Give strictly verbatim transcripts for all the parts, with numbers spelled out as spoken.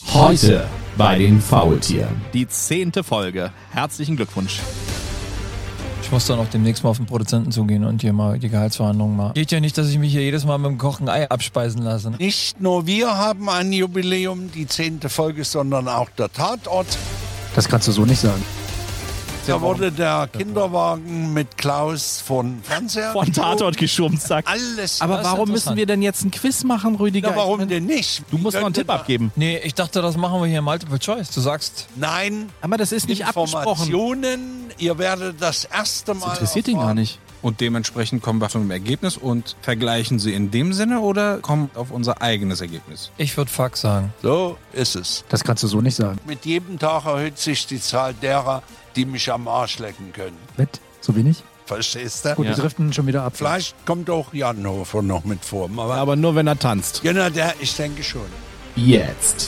Heute bei den Faultieren. Die zehnte Folge. Herzlichen Glückwunsch. Ich muss dann auch demnächst mal auf den Produzenten zugehen und hier mal die Gehaltsverhandlungen machen. Geht ja nicht, dass ich mich hier jedes Mal mit dem Kochen Ei abspeisen lasse. Ne? Nicht nur wir haben ein Jubiläum, die zehnte Folge, sondern auch der Tatort. Das kannst du so nicht sagen. Da wurde der Kinderwagen mit Klaus von Fernseher Von Tatort geschoben, zack. Alles. Aber Das ist warum müssen wir denn jetzt ein Quiz machen, Rüdiger? Na, warum denn nicht? Du musst noch einen Tipp abgeben. Nee, ich dachte, das machen wir hier Multiple Choice. Du sagst, Nein, Aber das ist nicht abgesprochen. Informationen. Ihr werdet das erste Mal. Das interessiert ihn gar nicht. Und dementsprechend kommen wir zum Ergebnis und vergleichen sie in dem Sinne oder kommen auf unser eigenes Ergebnis? ich würde Fuck sagen. So ist es. Das kannst du so nicht sagen. Mit jedem Tag erhöht sich die Zahl derer, die mich am Arsch lecken können. Wett, so wenig? Verstehst du? Gut, Ja. wir driften schon wieder ab. Vielleicht kommt auch Jan Hofer noch mit vor. Aber, Aber nur, wenn er tanzt. genau, der, ich denke schon. Jetzt.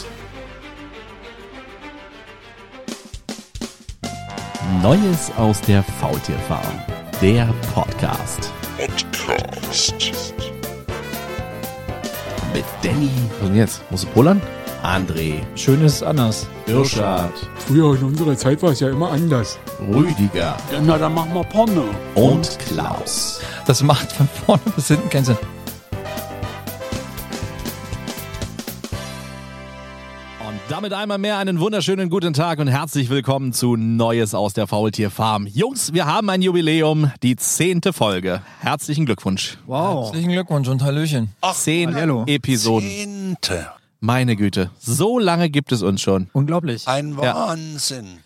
Neues aus der Faultierfarm. Der Podcast. Mit Danny. Was denn jetzt? Musst du pullern? André. Schön ist anders. Irschad. Früher in unserer Zeit war es ja immer anders. Rüdiger. Ja, na, dann machen wir Porno. Und Klaus. Das macht von vorne bis hinten keinen Sinn. Und damit einmal mehr einen wunderschönen guten Tag und herzlich willkommen zu Neues aus der Faultierfarm. Jungs, wir haben ein Jubiläum, die zehnte Folge. Herzlichen Glückwunsch. Wow. Herzlichen Glückwunsch und Hallöchen. Zehn Hallihallo. Episoden. Zehnte. Meine Güte, so lange gibt es uns schon. Unglaublich. Ein Ja. Wahnsinn.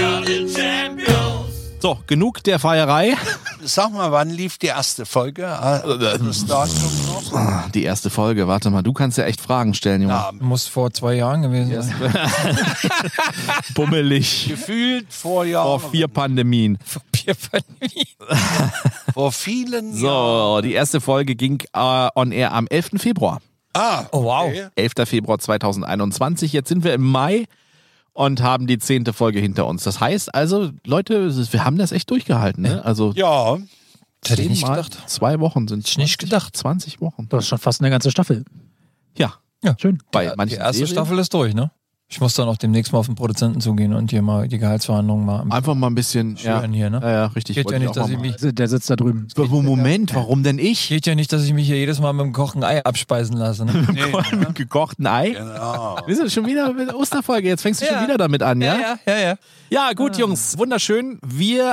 So, genug der Feierei. Sag mal, wann lief die erste Folge? Ah, Das Datum noch? Die erste Folge, warte mal, du kannst ja echt Fragen stellen, Junge. Ja, Muss vor zwei Jahren gewesen sein. Bummelig. gefühlt vor Vor Jahren. vier Pandemien. Bierpandemie. Vor vielen Jahren. So, die erste Folge ging äh, on air am elften Februar. Ah, Oh wow. okay. elften Februar zweitausendeinundzwanzig. Jetzt sind wir im Mai und haben die zehnte Folge hinter uns. Das heißt also, Leute, es ist- wir haben das echt durchgehalten. Ne? Also Ja, Das hätte ich nicht zehnmal gedacht. Zwei Wochen sind ich nicht gedacht. zwanzig Wochen. Das ist schon fast eine ganze Staffel. Ja, Schön. bei Ja, manchen die erste Serien. Staffel ist durch, ne? Ich muss dann auch demnächst mal auf den Produzenten zugehen und hier mal die Gehaltsverhandlungen mal Einfach mal ein bisschen. Ja, schüren hier, ne? ja, ja, richtig. Geht wollte ja ich nicht, auch dass mal ich mich machen. Also, der sitzt da drüben. Aber Moment, warum denn ich? Geht ja nicht, dass ich mich hier jedes Mal mit dem Kochen Ei abspeisen lasse. Ne? nee, Mit einem gekochten Ei? genau. Wir sind schon wieder mit der Osterfolge. Jetzt fängst du Ja. schon wieder damit an, ja? ja, ja, ja. Ja, gut, Jungs, wunderschön. Wir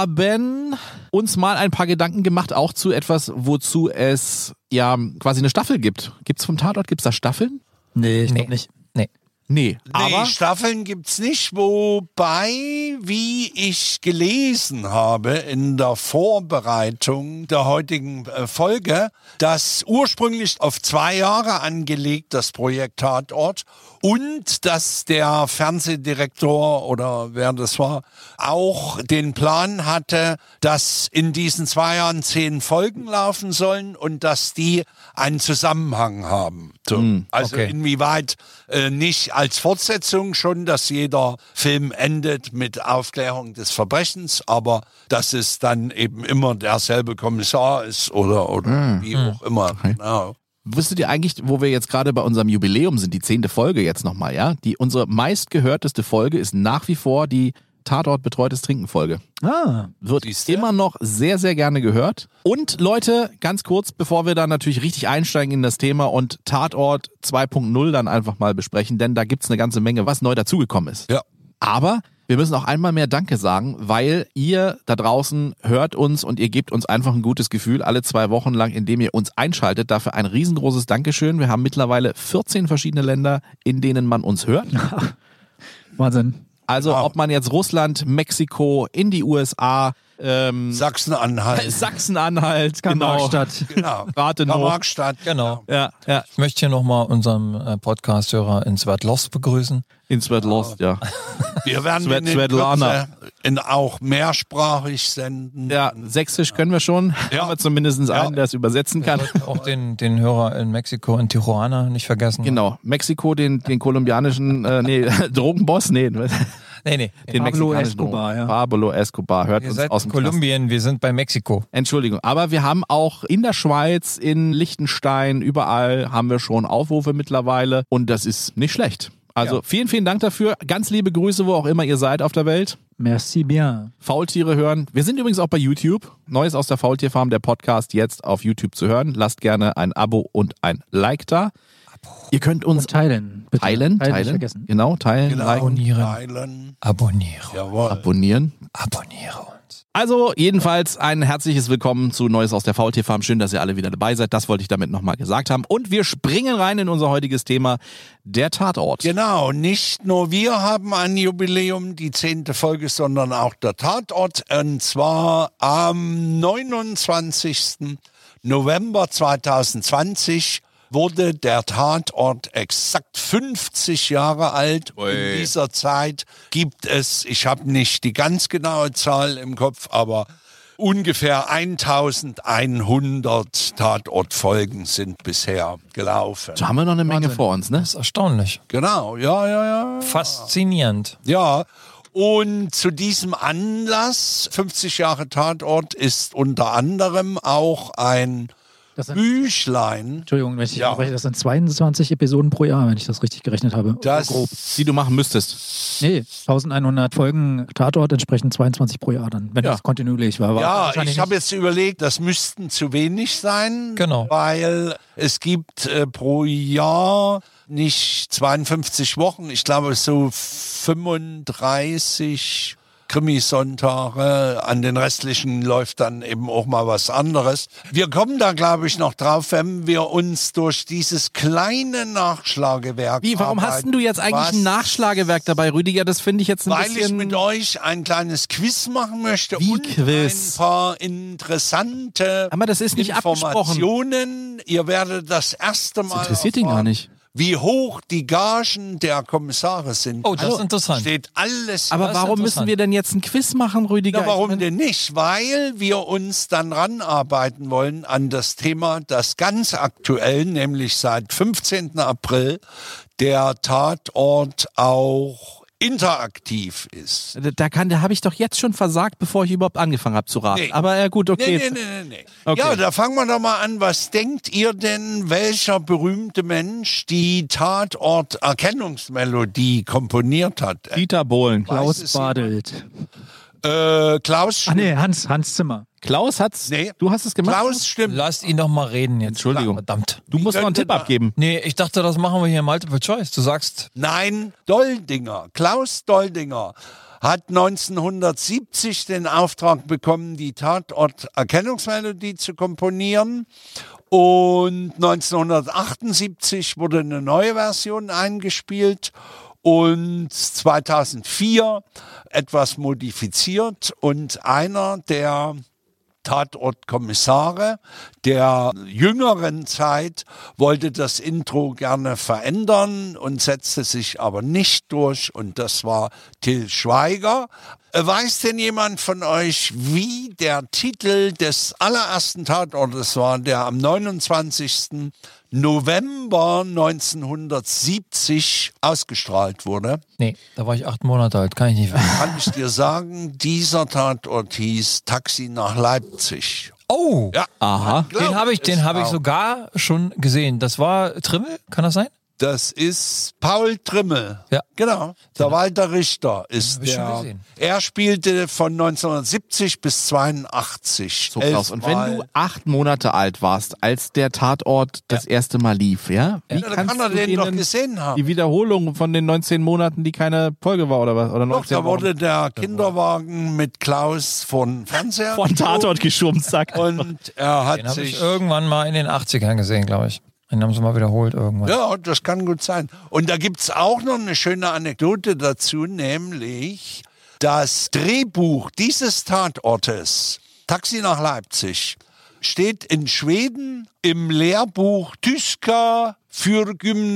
haben uns mal ein paar Gedanken gemacht, auch zu etwas, wozu es ja quasi eine Staffel gibt. Gibt's vom Tatort, gibt's da Staffeln? Nee, ich Nee. glaube nicht. Nee. Nee, aber Nee, Staffeln gibt's nicht, wobei, wie ich gelesen habe in der Vorbereitung der heutigen äh, Folge, das ursprünglich auf zwei Jahre angelegt, das Projekt Tatort, und dass der Fernsehdirektor oder wer das war, auch den Plan hatte, dass in diesen zwei Jahren zehn Folgen laufen sollen und dass die einen Zusammenhang haben. So. Also okay. inwieweit äh, nicht als Fortsetzung schon, dass jeder Film endet mit Aufklärung des Verbrechens, aber dass es dann eben immer derselbe Kommissar ist oder, oder wie auch immer. Genau. wusstet ihr eigentlich, wo wir jetzt gerade bei unserem Jubiläum sind, die zehnte Folge jetzt nochmal, ja? Die, unsere meistgehörteste Folge ist nach wie vor die Tatort betreutes Trinken Folge. Ah, Wird Siehste? immer noch sehr, sehr gerne gehört. Und Leute, ganz kurz, bevor wir dann natürlich richtig einsteigen in das Thema und Tatort zwei Punkt null dann einfach mal besprechen, denn da gibt's eine ganze Menge, was neu dazugekommen ist. Ja. Aber wir müssen auch einmal mehr Danke sagen, weil ihr da draußen hört uns und ihr gebt uns einfach ein gutes Gefühl alle zwei Wochen lang, indem ihr uns einschaltet. Dafür ein riesengroßes Dankeschön. Wir haben mittlerweile vierzehn verschiedene Länder, in denen man uns hört. Wahnsinn. Also Wow. ob man jetzt Russland, Mexiko, in die U S A, ähm, Sachsen-Anhalt. Sachsen-Anhalt, genau. Karl-Marx-Stadt. Genau. Rathenow. Karl-Marx-Stadt. Genau. Ja, ja. Ich möchte hier nochmal unseren äh, Podcast-Hörer in Sverdlovsk begrüßen. In Sverdlovsk, ja. Wir werden Svet- ihn in Svetlana. Kürze in auch mehrsprachig senden. Ja, Sächsisch können wir schon. Ja. Haben wir zumindest einen, Ja. der es übersetzen kann. Auch den, den Hörer in Mexiko, in Tijuana, nicht vergessen. Genau. Mexiko, den, den kolumbianischen, äh, nee, Drogenboss, nee, den Nee, nee. Pablo mexikanischen Escobar, Drogen- ja. Pablo Escobar hört Ihr uns seid aus in dem Knast. Kolumbien, wir sind bei Mexiko. Entschuldigung, aber wir haben auch in der Schweiz, in Liechtenstein, überall haben wir schon Aufrufe mittlerweile und das ist nicht schlecht. Also Ja. vielen, vielen Dank dafür. Ganz liebe Grüße, wo auch immer ihr seid auf der Welt. Merci bien. Faultiere hören. Wir sind übrigens auch bei YouTube. Neues aus der Faultierfarm, der Podcast jetzt auf YouTube zu hören. Lasst gerne ein Abo und ein Like da. Ihr könnt uns Und teilen. Bitte. teilen, Teilen nicht teilen. vergessen. Genau, teilen, Genau. liken, Abonnieren. Teilen. Abonniere. Jawohl. abonnieren. Abonniere uns. Also jedenfalls ein herzliches Willkommen zu Neues aus der Faultierfarm. Schön, dass ihr alle wieder dabei seid. Das wollte ich damit nochmal gesagt haben. Und wir springen rein in unser heutiges Thema, der Tatort. Genau, nicht nur wir haben ein Jubiläum, die zehnte Folge, sondern auch der Tatort. Und zwar am neunundzwanzigsten November zweitausendzwanzig wurde der Tatort exakt fünfzig Jahre alt. In dieser Zeit gibt es, ich habe nicht die ganz genaue Zahl im Kopf, aber ungefähr eintausendeinhundert Tatortfolgen sind bisher gelaufen. Da haben wir noch eine Menge vor uns, ne? Das ist erstaunlich. Genau, ja, ja, ja. Faszinierend. Ja, und zu diesem Anlass, fünfzig Jahre Tatort, ist unter anderem auch ein Das sind, Büchlein. Entschuldigung, wenn ich Ja. spreche, das sind zweiundzwanzig Episoden pro Jahr, wenn ich das richtig gerechnet habe. Das, Grob. Die du machen müsstest. Nee, eintausendeinhundert Folgen Tatort entsprechen zweiundzwanzig pro Jahr dann, wenn Ja. das kontinuierlich war. war ja, wahrscheinlich ich habe nicht. jetzt überlegt, das müssten zu wenig sein. Genau. Weil es gibt äh, pro Jahr nicht zweiundfünfzig Wochen, ich glaube so fünfunddreißig Krimisonntage, an den restlichen läuft dann eben auch mal was anderes. Wir kommen da, glaube ich, noch drauf, wenn wir uns durch dieses kleine Nachschlagewerk Wie, warum hast denn du jetzt eigentlich was- ein Nachschlagewerk dabei, Rüdiger? Das finde ich jetzt ein Weil ich bisschen... mit euch ein kleines Quiz machen möchte Wie und Quiz? ein paar interessante Aber das ist nicht abgesprochen. Informationen. Ihr werdet das erste Mal Das interessiert ihn gar erfahren, nicht. wie hoch die Gagen der Kommissare sind. Oh, das ist interessant. Steht alles. Aber Das ist warum müssen interessant. wir denn jetzt ein Quiz machen, Rüdiger? Ja, warum Ich mein- denn nicht? Weil wir uns dann ranarbeiten wollen an das Thema, das ganz aktuell, nämlich seit fünfzehnten April, der Tatort auch interaktiv ist. Da, kann, da habe ich doch jetzt schon versagt, bevor ich überhaupt angefangen habe zu raten. Nee. Aber ja gut, okay. Nee, nee, nee, nee, nee. Okay. Ja, da fangen wir doch mal an. Was denkt ihr denn, welcher berühmte Mensch die Tatort-Erkennungsmelodie komponiert hat? Dieter Bohlen. Klaus Weiß es Badelt. Äh, Klaus Ach stimmt. nee, Hans, Hans Zimmer. Klaus hat's. Nee. Du hast es gemacht. Klaus stimmt. Lasst ihn doch mal reden jetzt. Entschuldigung. Verdammt. Du musst noch einen könnte Tipp da- abgeben. Nee, ich dachte, das machen wir hier im Multiple Choice. Du sagst, Nein, Doldinger. Klaus Doldinger hat neunzehnhundertsiebzig den Auftrag bekommen, die Tatort-Erkennungsmelodie zu komponieren. Und neunzehnhundertachtundsiebzig wurde eine neue Version eingespielt und zweitausendvier etwas modifiziert. Und einer der Tatortkommissare der jüngeren Zeit wollte das Intro gerne verändern und setzte sich aber nicht durch. Und das war Till Schweiger. Weiß denn jemand von euch, wie der Titel des allerersten Tatortes war, der am neunundzwanzigsten November neunzehnhundertsiebzig ausgestrahlt wurde? nee, da war ich acht Monate alt, kann ich nicht wissen. Kann ich dir sagen, dieser Tatort hieß Taxi nach Leipzig. Oh, Ja, Aha. den habe ich, den habe ich sogar schon gesehen. Das war Trimmel, kann das sein? Das ist Paul Trimmel. Ja. Genau. Der Walter Richter ist hab ich schon der. gesehen. Er spielte von neunzehnhundertsiebzig bis zweiundachtzig. So, Klaus. Und wenn Elfmal. du acht Monate alt warst, als der Tatort das erste Mal lief, ja? Wie Ja, dann kannst kann er du den doch denen gesehen haben. die Wiederholung von den neunzehn Monaten, die keine Folge war oder was? Oder Doch, neunzehn da wurde Wochen der Kinderwagen mit Klaus von Fernseher von Tatort geschoben, zack. und er hat Den habe ich sich irgendwann mal in den achtzigern gesehen, glaube ich. Den haben sie mal wiederholt irgendwann. Ja, das kann gut sein. Und da gibt's auch noch eine schöne Anekdote dazu, nämlich das Drehbuch dieses Tatortes, Taxi nach Leipzig, steht in Schweden im Lehrbuch Tyska für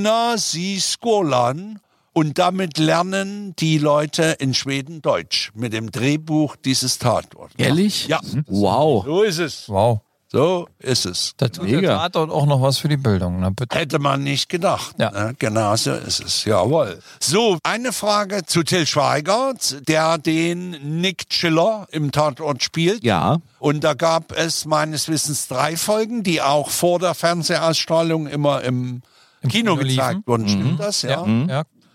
Gymnasieskolan. Und damit lernen die Leute in Schweden Deutsch mit dem Drehbuch dieses Tatortes. Ehrlich? Ja, Wow. so ist es. Wow. So ist es. Da tut Mega. der Tatort auch noch was für die Bildung. Na bitte. Hätte man nicht gedacht. Ja. Ne? Genau so ist es. Jawohl. So, eine Frage zu Till Schweiger, der den Nick Chiller im Tatort spielt. Ja. Und da gab es meines Wissens drei Folgen, die auch vor der Fernsehausstrahlung immer im, Im Kino Kino gezeigt liefen. wurden. Stimmt das? Ja. Ja, ja.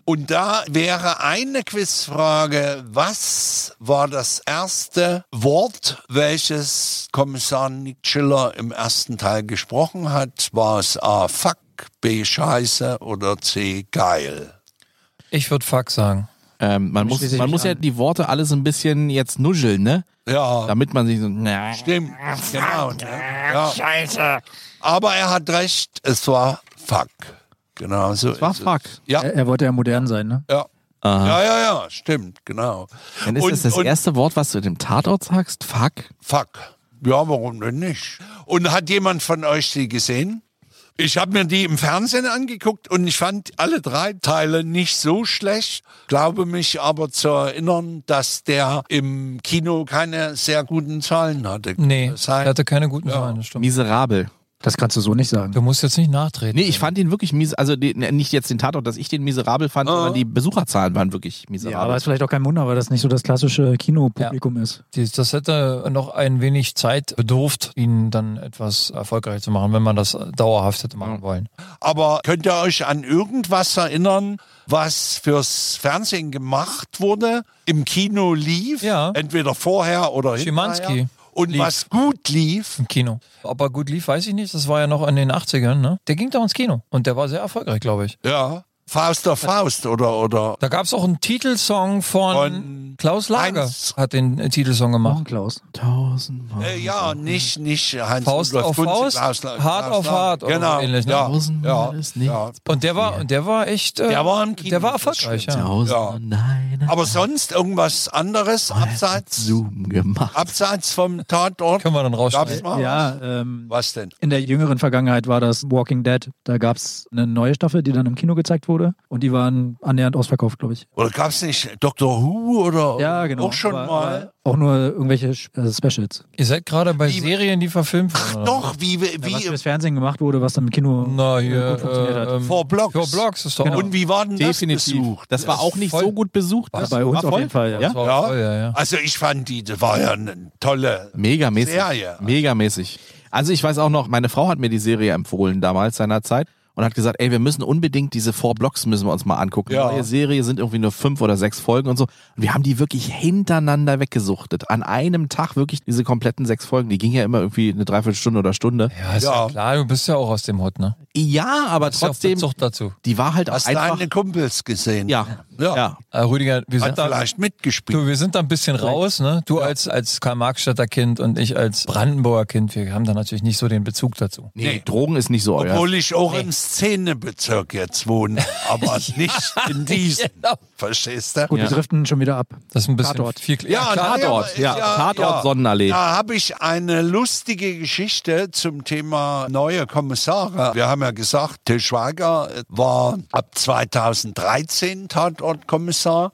Und da wäre eine Quizfrage, was war das erste Wort, welches Kommissar Nick Schiller im ersten Teil gesprochen hat? War es A, fuck, B, scheiße oder C, geil? Ich würde Fuck sagen. Ähm, man muss, man muss ja die Worte alles ein bisschen jetzt nuscheln, ne? Ja, Damit man sich so, na, stimmt, genau. Ne? Ja. Scheiße. Aber er hat recht, es war fuck. Genau so. es war ist fuck. Es. Ja, Er, er wollte ja modern sein, ne? ja. Aha. Ja, ja, ja, stimmt, genau. Dann ist Und- das das und- erste Wort, was du in dem Tatort sagst? Fuck? Fuck. Ja, warum denn nicht? Und hat jemand von euch die gesehen? Ich habe mir die im Fernsehen angeguckt und ich fand alle drei Teile nicht so schlecht. Glaube mich aber zu erinnern, dass der im Kino keine sehr guten Zahlen hatte. Nee, Das heißt, er hatte keine guten Ja. Zahlen, das stimmt. Miserabel. Das kannst du so nicht sagen. Du musst jetzt nicht nachtreten. Nee, ich fand ihn wirklich mies, also die, nicht jetzt den Tatort, dass ich den miserabel fand, Ah. sondern die Besucherzahlen waren wirklich Ja, miserabel. aber ist vielleicht auch kein Wunder, weil das nicht so das klassische Kinopublikum ist. Die- Das hätte noch ein wenig Zeit bedurft, ihn dann etwas erfolgreich zu machen, wenn man das dauerhaft hätte machen wollen. Aber könnt ihr euch an irgendwas erinnern, was fürs Fernsehen gemacht wurde, im Kino lief? Ja. Entweder vorher oder Schimanski hinterher? Und lief. was gut lief? Im Kino. Ob er gut lief, weiß ich nicht. Das war ja noch in den achtzigern, ne? Der ging da ins Kino und der war sehr erfolgreich, glaube ich. Ja. Faust auf Faust oder, oder Da gab es auch einen Titelsong von, Von Klaus Lager, Heinz. hat den äh, Titelsong Auch gemacht. ein Klaus. Tausendmal. Äh, ja, nicht, nicht Heinz Faust Rudolf auf Kunze, Faust, Klaus La- Hart Klaus auf La- Hart oder genau, so ähnlich, ne? ja, Tausendmal ja, ist nichts ja. Und der war, und der war echt, äh, Der war im Kino, der war das erfolgreich, stimmt. ja. Tausendmal, nein. Aber sonst irgendwas anderes abseits, Zoom gemacht. abseits vom Tatort? Können wir dann Gab's rausschneiden. mal Ja, ähm, was? Was denn? in der jüngeren Vergangenheit war das Walking Dead. Da gab es eine neue Staffel, die dann im Kino gezeigt wurde. Und die waren annähernd ausverkauft, glaube ich. Oder gab es nicht Doktor Who oder Ja, genau. auch schon aber, mal? Aber auch nur irgendwelche äh, Specials. Ihr seid gerade bei Wie- Serien, die verfilmt wurden. oder? Doch, wie, wie, Ja, was wie fürs Fernsehen gemacht wurde, was dann im Kino Na, äh, hier, gut funktioniert hat. äh, ähm, Four Blocks. Four Blocks ist doch Genau. auch. Und wie war denn das Definitiv. besucht? Das war auch nicht voll- so gut besucht. Ja, Das bei uns war auf voll. jeden Fall, ja. Das war Ja? voll, ja, ja. Also ich fand die, das war ja eine tolle Megamäßig. Serie. Megamäßig. Also ich weiß auch noch, meine Frau hat mir die Serie empfohlen damals seinerzeit und hat gesagt, ey, wir müssen unbedingt diese Four Blocks müssen wir uns mal angucken. Ja. Die neue Serie sind irgendwie nur fünf oder sechs Folgen und so. Und wir haben die wirklich hintereinander weggesuchtet. An einem Tag wirklich diese kompletten sechs Folgen. Die ging ja immer irgendwie eine Dreiviertelstunde oder Stunde. Ja, ist ja. Ja. klar, du bist ja auch aus dem Hut, ne? Ja, aber Ist ja trotzdem, Zucht dazu. die war halt auch Hast einfach... deine Kumpels gesehen? Ja, Ja. ja. Äh, Rüdiger, wir Hat sind da, vielleicht mitgespielt. du, wir sind da ein bisschen raus, ne? Du als, als Karl-Marx-Städter Kind und ich als Brandenburger Kind, wir haben da natürlich nicht so den Bezug dazu. Nee, nee, Drogen ist nicht so euer. Obwohl ich auch im Szenebezirk jetzt wohne, aber nicht in diesem. Genau. Verstehst du? Gut, Ja. wir driften schon wieder ab. Das ist ein bisschen Tatort. viel Ja, klar. Tatort, ja, ja, Tatort Sonnenallee. Da habe ich eine lustige Geschichte zum Thema neue Kommissare. Wir haben ja gesagt, Til Schweiger war ab zweitausenddreizehn Tatortkommissar.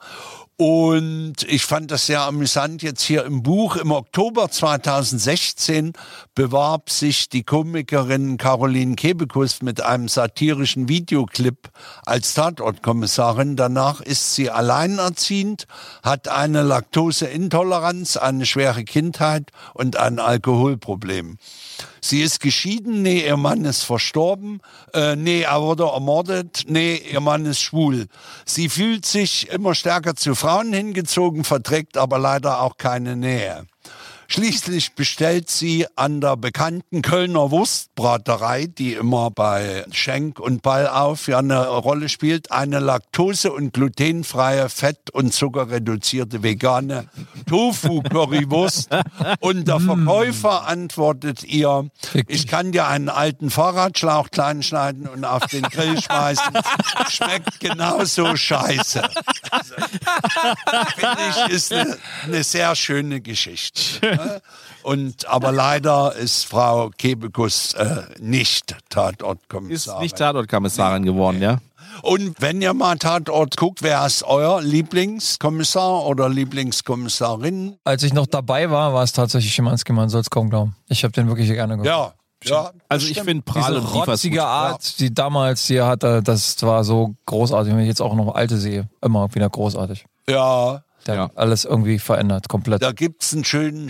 Und ich fand das sehr amüsant jetzt hier im Buch. Im Oktober zweitausendsechzehn bewarb sich die Komikerin Caroline Kebekus mit einem satirischen Videoclip als Tatortkommissarin. Danach ist sie alleinerziehend, hat eine Laktoseintoleranz, eine schwere Kindheit und ein Alkoholproblem. Sie ist geschieden, nee, ihr Mann ist verstorben, äh, nee, er wurde ermordet, nee, ihr Mann ist schwul. Sie fühlt sich immer stärker zu Frauen hingezogen, verträgt aber leider auch keine Nähe. Schließlich bestellt sie an der bekannten Kölner Wurstbraterei, die immer bei Schenk und Ballauf ja eine Rolle spielt, eine laktose- und glutenfreie, fett- und zuckerreduzierte vegane Tofu-Currywurst. Und der Verkäufer antwortet ihr, ich kann dir einen alten Fahrradschlauch klein schneiden und auf den Grill schmeißen. Schmeckt genauso scheiße. Also, finde ich, ist eine, eine sehr schöne Geschichte. Und, aber leider ist Frau Kebekus äh, nicht Ist Tatortkommissarin. nicht Tatortkommissarin geworden, ja? Und wenn ihr mal Tatort guckt, wer ist euer Lieblingskommissar oder Lieblingskommissarin? Als ich noch dabei war, war es tatsächlich Schimanski, man soll es kaum glauben. Ich habe den wirklich gerne geguckt. Ja, ja. Also ich finde Prahl Diese und Liefers rotzige gut. Art, die damals hier hatte, das war so großartig. Wenn ich jetzt auch noch alte sehe, immer wieder großartig. Ja, Der Ja. hat alles irgendwie verändert, komplett. da gibt's einen schönen Spruch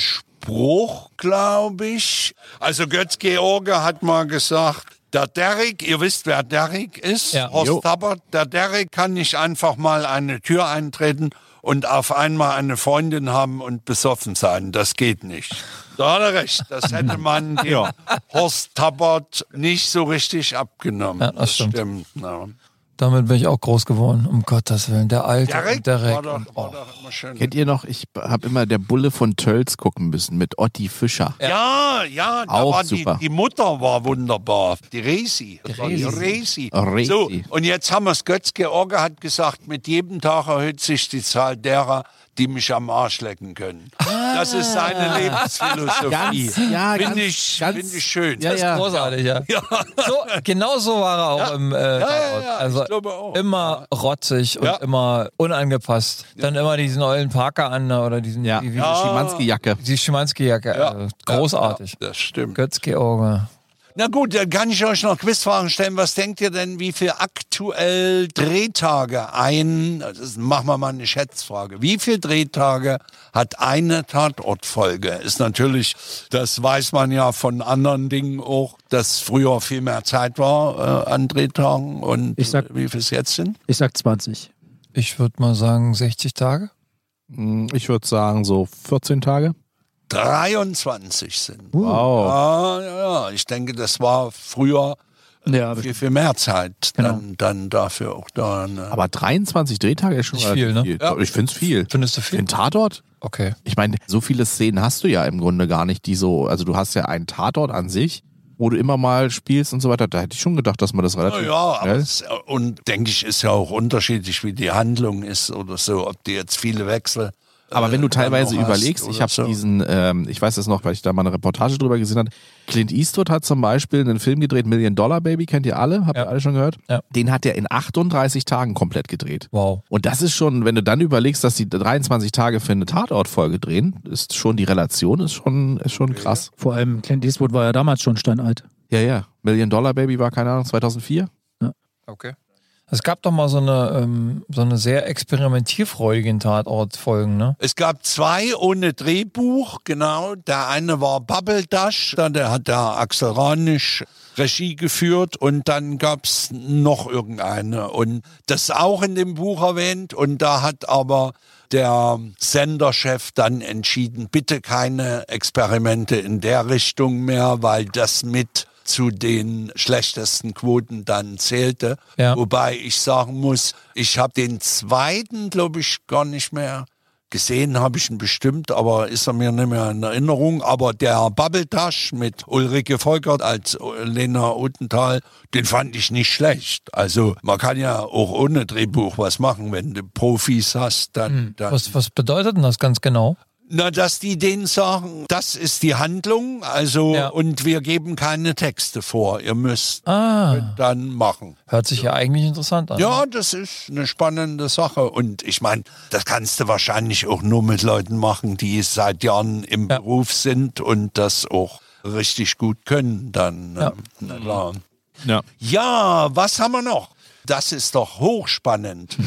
Spruch, glaube ich. Also Götz-George hat mal gesagt, der Derrick, ihr wisst, wer Derrick ist, Ja. Horst Jo. Tappert, der Derrick kann nicht einfach mal eine Tür eintreten und auf einmal eine Freundin haben und besoffen sein. Das geht nicht. Da hat er recht. Das hätte man dem Horst Tappert nicht so richtig abgenommen. Ja, das stimmt. Ja. Damit bin ich auch groß geworden, um Gottes Willen. Der Alte Derrick und der war Reck. doch, Und, war oh. doch immer schön. Kennt ihr noch, ich habe immer der Bulle von Tölz gucken müssen mit Otti Fischer. Ja, ja, da Auch war die, super. die Mutter war wunderbar. Die Resi. Das war die Resi. Resi. Resi. So, und jetzt haben wir es, Götz-George hat gesagt, mit jedem Tag erhöht sich die Zahl derer, die mich am Arsch lecken können. Das ist seine Lebensphilosophie. Ganz, ja, Finde ganz, ich, ganz- find ich schön. Ja, Das ist ja. großartig, ja. So, genau so war er auch im äh, ja, Tatort. ja, Also ich glaube auch. immer rotzig und Ja. immer unangepasst. Dann immer diesen ollen Parker an oder diesen Ja, wie, wie, diese Schimanski-Jacke. die Schimanski-Jacke. Ja. Also, großartig. Ja, das stimmt. Götz-George. Na gut, dann kann ich euch noch Quizfragen stellen. Was denkt ihr denn, wie viel aktuell Drehtage ein, das machen wir mal eine Schätzfrage, wie viel Drehtage hat eine Tatortfolge? Ist natürlich, das weiß man ja von anderen Dingen auch, dass früher viel mehr Zeit war äh, an Drehtagen und Ich sag- wie viel es jetzt sind? Ich sag zwanzig. Ich würde mal sagen sechzig Tage. Hm, Ich würde sagen so vierzehn Tage. dreiundzwanzig sind. Wow. Ja, ja, ja. Ich denke, das war früher Ja, viel, viel mehr Zeit Genau. dann, dann dafür auch da. Ne? Aber dreiundzwanzig Drehtage ist schon Nicht relativ viel, ne? Ja. Ich finde es viel. Findest du viel? Den Tatort? Okay. Ich meine, so viele Szenen hast du ja im Grunde gar nicht, die so, also du hast ja einen Tatort an sich, wo du immer mal spielst und so weiter. Da hätte ich schon gedacht, dass man das Na relativ ja, aber schnell- es, und denke ich, ist ja auch unterschiedlich, wie die Handlung ist oder so, ob die jetzt viele Wechsel. Aber wenn du äh, dann teilweise noch hast überlegst, ich oder habe so. diesen, ähm, ich weiß das noch, weil ich da mal eine Reportage drüber gesehen habe, Clint Eastwood hat zum Beispiel einen Film gedreht, Million Dollar Baby, kennt ihr alle? Habt Ja. ihr alle schon gehört? Ja. Den hat er in achtunddreißig Tagen komplett gedreht. Wow. Und das ist schon, wenn du dann überlegst, dass die dreiundzwanzig Tage für eine Tatortfolge drehen, ist schon die Relation, ist schon, ist schon krass. vor allem Clint Eastwood war ja damals schon steinalt. Ja, ja. Million Dollar Baby war, keine Ahnung, zweitausendvier? Okay. Es gab doch mal so eine, ähm, so eine sehr experimentierfreudige Tatortfolgen, ne? Es gab zwei ohne Drehbuch, genau. Der eine war Bubble Dash, der hat der Axel Ranisch Regie geführt und dann gab's noch irgendeine. Und das ist auch in dem Buch erwähnt und da hat aber der Senderchef dann entschieden, bitte keine Experimente in der Richtung mehr, weil das mit zu den schlechtesten Quoten dann zählte. Ja. Wobei ich sagen muss, ich habe den zweiten, glaube ich, gar nicht mehr gesehen, habe ich ihn bestimmt, aber ist er mir nicht mehr in Erinnerung. Aber der Bubble Dash mit Ulrike Volkert als Lena Otenthal, den fand ich nicht schlecht. Also man kann ja auch ohne Drehbuch was machen, wenn du Profis hast, dann... dann Was, was bedeutet denn das ganz genau? Na, dass die denen sagen, das ist die Handlung, also Ja. und wir geben keine Texte vor. Ihr müsst Ah, dann machen. hört sich ja eigentlich interessant an. Ja, das ist eine spannende Sache. Und ich meine, das kannst du wahrscheinlich auch nur mit Leuten machen, die seit Jahren im Ja. Beruf sind und das auch richtig gut können. Dann, Ja. ähm, na klar. Ja. Ja, was haben wir noch? Das ist doch hochspannend.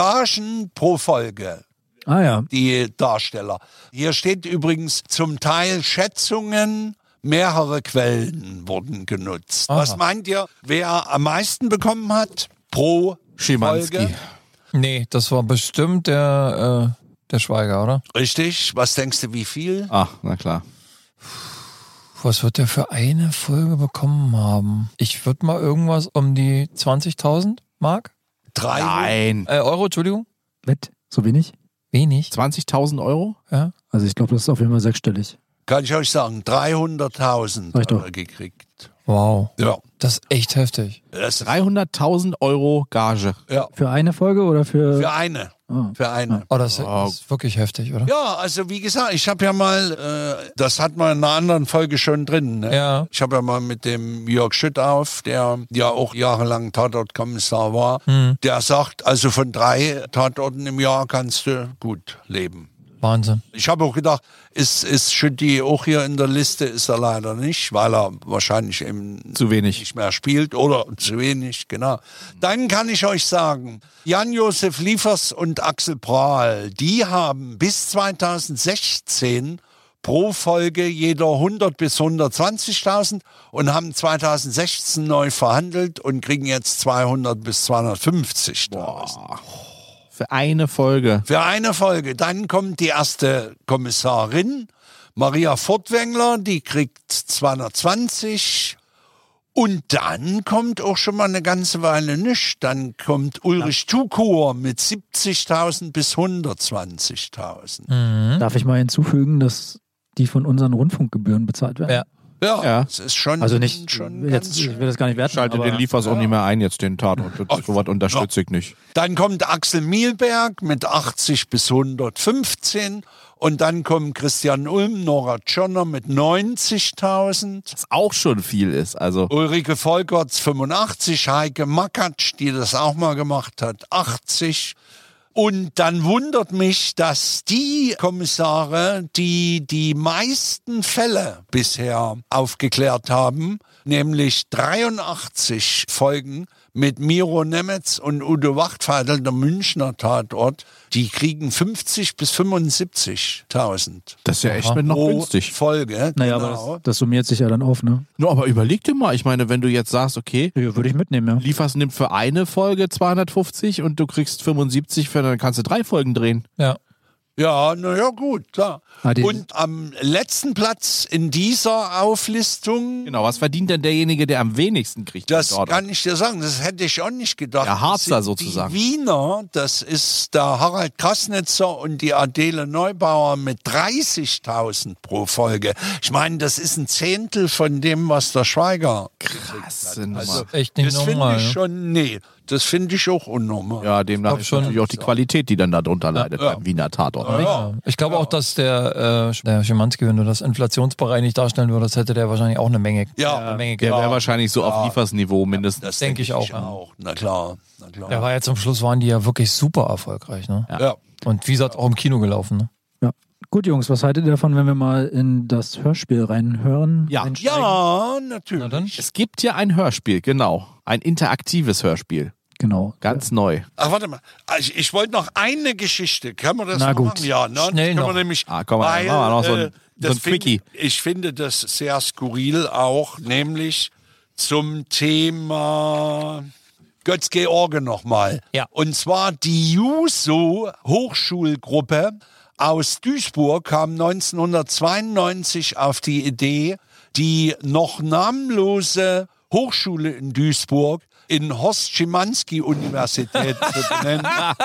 Gagen pro Folge. Ah ja. Die Darsteller. Hier steht übrigens zum Teil Schätzungen, mehrere Quellen wurden genutzt. Aha. Was meint ihr, wer am meisten bekommen hat pro Schimanski. Folge? Nee, das war bestimmt der, äh, der Schweiger, oder? Richtig. Was denkst du, wie viel? Ach, na klar. Was wird der für eine Folge bekommen haben? Ich würde mal irgendwas um die zwanzigtausend Mark? Drei. Nein. Äh, Euro, Entschuldigung? Wett? So wenig? Wenig. zwanzigtausend Euro? Ja. Also ich glaube, das ist auf jeden Fall sechsstellig. Kann ich euch sagen, dreihunderttausend Sag ich hat doch. er gekriegt. Wow. Ja. Das ist echt heftig. Das ist, dreihunderttausend Euro Gage. ja. Für eine Folge oder für... Für eine. Oh. Für eine. Oh, das, Oh. das ist wirklich heftig, oder? Ja, also wie gesagt, ich habe ja mal, äh, das hat man in einer anderen Folge schon drin. Ne? Ja. Ich habe ja mal mit dem Jörg Schüttauf, der ja auch jahrelang Tatortkommissar war, Hm. der sagt, also von drei Tatorten im Jahr kannst du gut leben. Wahnsinn. Ich habe auch gedacht, ist, ist Schütti auch hier in der Liste, ist er leider nicht, weil er wahrscheinlich eben Zu wenig. nicht mehr spielt oder zu wenig, genau. Dann kann ich euch sagen, Jan-Josef Liefers und Axel Prahl, die haben bis zweitausendsechzehn pro Folge jeder hundert bis hundertzwanzigtausend und haben zweitausendsechzehn neu verhandelt und kriegen jetzt zweihundert bis zweihundertfünfzigtausend. Für eine Folge. Für eine Folge. Dann kommt die erste Kommissarin, Maria Furtwängler, die kriegt zweihundertzwanzig. Und dann kommt auch schon mal eine ganze Weile nichts. Dann kommt Ulrich Tukur mit siebzigtausend bis hundertzwanzigtausend. Mhm. Darf ich mal hinzufügen, dass die von unseren Rundfunkgebühren bezahlt werden? Ja. Ja, Ja. das ist schon, Also nicht, schon jetzt, ganz ich schön. will das gar nicht werten, Schalte aber den Liefers auch nicht mehr ein, jetzt den Tatort. So was unterstütze ich nicht. Dann kommt Axel Mielberg mit achtzig bis hundertfünfzehn. Und dann kommen Christian Ulm, Nora Tschirner mit neunzigtausend. Was auch schon viel ist. Also Ulrike Volkerts fünfundachtzig, Heike Makatsch, die das auch mal gemacht hat, achtzig. Und dann wundert mich, dass die Kommissare, die die meisten Fälle bisher aufgeklärt haben, nämlich dreiundachtzig Folgen mit Miro Nemetz und Udo Wachtfeitel, der Münchner Tatort, die kriegen fünfzig bis fünfundsiebzigtausend das ist ja echt mit noch pro günstig. Folge. Naja, genau. aber das, das summiert sich ja dann auf, ne? Nur aber überleg dir mal, ich meine, wenn du jetzt sagst, okay, Ja, würde ich mitnehmen, ja. Liefers nimmt für eine Folge zweihundertfünfzig und du kriegst fünfundsiebzig für, dann kannst du drei Folgen drehen. Ja. Ja, naja, gut, klar. Ah, die- Und am letzten Platz in dieser Auflistung, Genau, was verdient denn derjenige, der am wenigsten kriegt? das dort? kann ich dir sagen, das hätte ich auch nicht gedacht. Der Harzer Das sind sozusagen. Die Wiener, das ist der Harald Krasnitzer und die Adele Neubauer mit dreißigtausend pro Folge. Ich meine, das ist ein Zehntel von dem, was der Schweiger. Krasse Nummer. Also, Echt nicht das finde normal. ich ne? schon, nee, das finde ich auch unnormal. Ja, demnach glaub ist schon. natürlich auch die Qualität, die dann darunter leidet ja. beim Wiener Tatort. Ja. Ich glaube auch, dass der, äh, der Schimanski, wenn du das Inflationsbereich nicht darstellen würdest, hätte der wahrscheinlich auch eine Menge, Ja. eine Menge Der Geld. wäre wahrscheinlich so auf Liefersniveau mindestens. Das denke ich auch, ja. auch. Na klar, na klar. Der war ja zum Schluss, waren die ja wirklich super erfolgreich. Ne? ja. Und wie gesagt, auch im Kino gelaufen. Ne? Ja. Gut, Jungs, was haltet ihr davon, wenn wir mal in das Hörspiel reinhören? Ja. Einsteigen? Ja, natürlich. Na dann. Es gibt ja ein Hörspiel, genau. Ein interaktives Hörspiel. Genau. Ganz neu. Ach, warte mal. Ich, ich wollte noch eine Geschichte. Können wir das Na noch gut. machen? Ja, ne? Schnell Können noch. wir nämlich, Ah, komm mal, weil, machen wir noch so ein- äh, so das ein Quickie. Find, ich finde das sehr skurril auch, nämlich zum Thema Götz-George nochmal. Ja. Und zwar die Juso Hochschulgruppe aus Duisburg kam neunzehnhundertzweiundneunzig auf die Idee, die noch namenlose Hochschule in Duisburg in Horst Schimanski Universität zu benennen,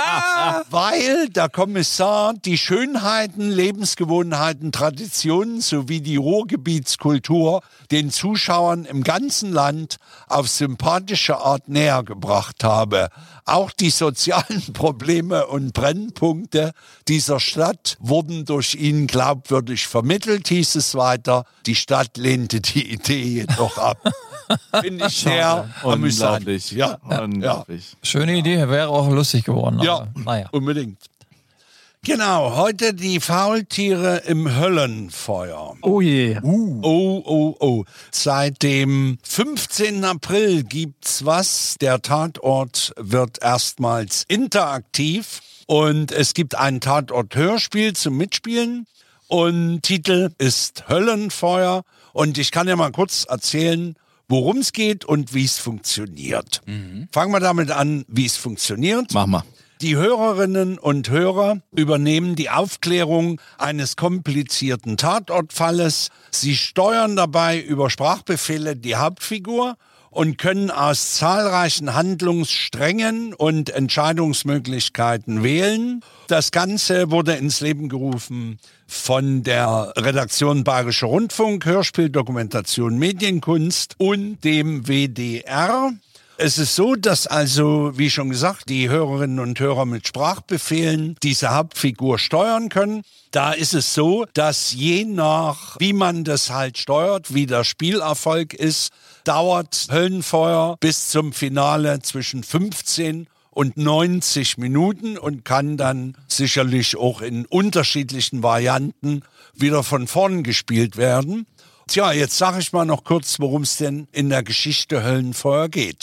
weil der Kommissar die Schönheiten, Lebensgewohnheiten, Traditionen sowie die Ruhrgebietskultur den Zuschauern im ganzen Land auf sympathische Art näher gebracht habe. Auch die sozialen Probleme und Brennpunkte dieser Stadt wurden durch ihn glaubwürdig vermittelt, hieß es weiter. Die Stadt lehnte die Idee jedoch ab. Finde ich sehr amüsant. Unglaublich. Ja, Unglaublich. Schöne Idee, wäre auch lustig geworden. ja, Aber, naja. unbedingt. Genau, heute die Faultiere im Höllenfeuer. Oh je. Oh, oh, oh. Seit dem fünfzehnten April gibt's was. Der Tatort wird erstmals interaktiv und es gibt ein Tatort-Hörspiel zum Mitspielen und Titel ist Höllenfeuer und ich kann ja mal kurz erzählen, worum es geht und wie es funktioniert. Fangen wir damit an, wie es funktioniert. Mach mal. Die Hörerinnen und Hörer übernehmen die Aufklärung eines komplizierten Tatortfalles. Sie steuern dabei über Sprachbefehle die Hauptfigur und können aus zahlreichen Handlungssträngen und Entscheidungsmöglichkeiten wählen. Das Ganze wurde ins Leben gerufen von der Redaktion Bayerischer Rundfunk, Hörspiel, Dokumentation, Medienkunst und dem W D R. Es ist so, dass also, wie schon gesagt, die Hörerinnen und Hörer mit Sprachbefehlen diese Hauptfigur steuern können. Da ist es so, dass je nach, wie man das halt steuert, wie der Spielerfolg ist, dauert Höllenfeuer bis zum Finale zwischen fünfzehn und neunzig Minuten und kann dann sicherlich auch in unterschiedlichen Varianten wieder von vorn gespielt werden. Tja, jetzt sage ich mal noch kurz, worum es denn in der Geschichte Höllenfeuer geht.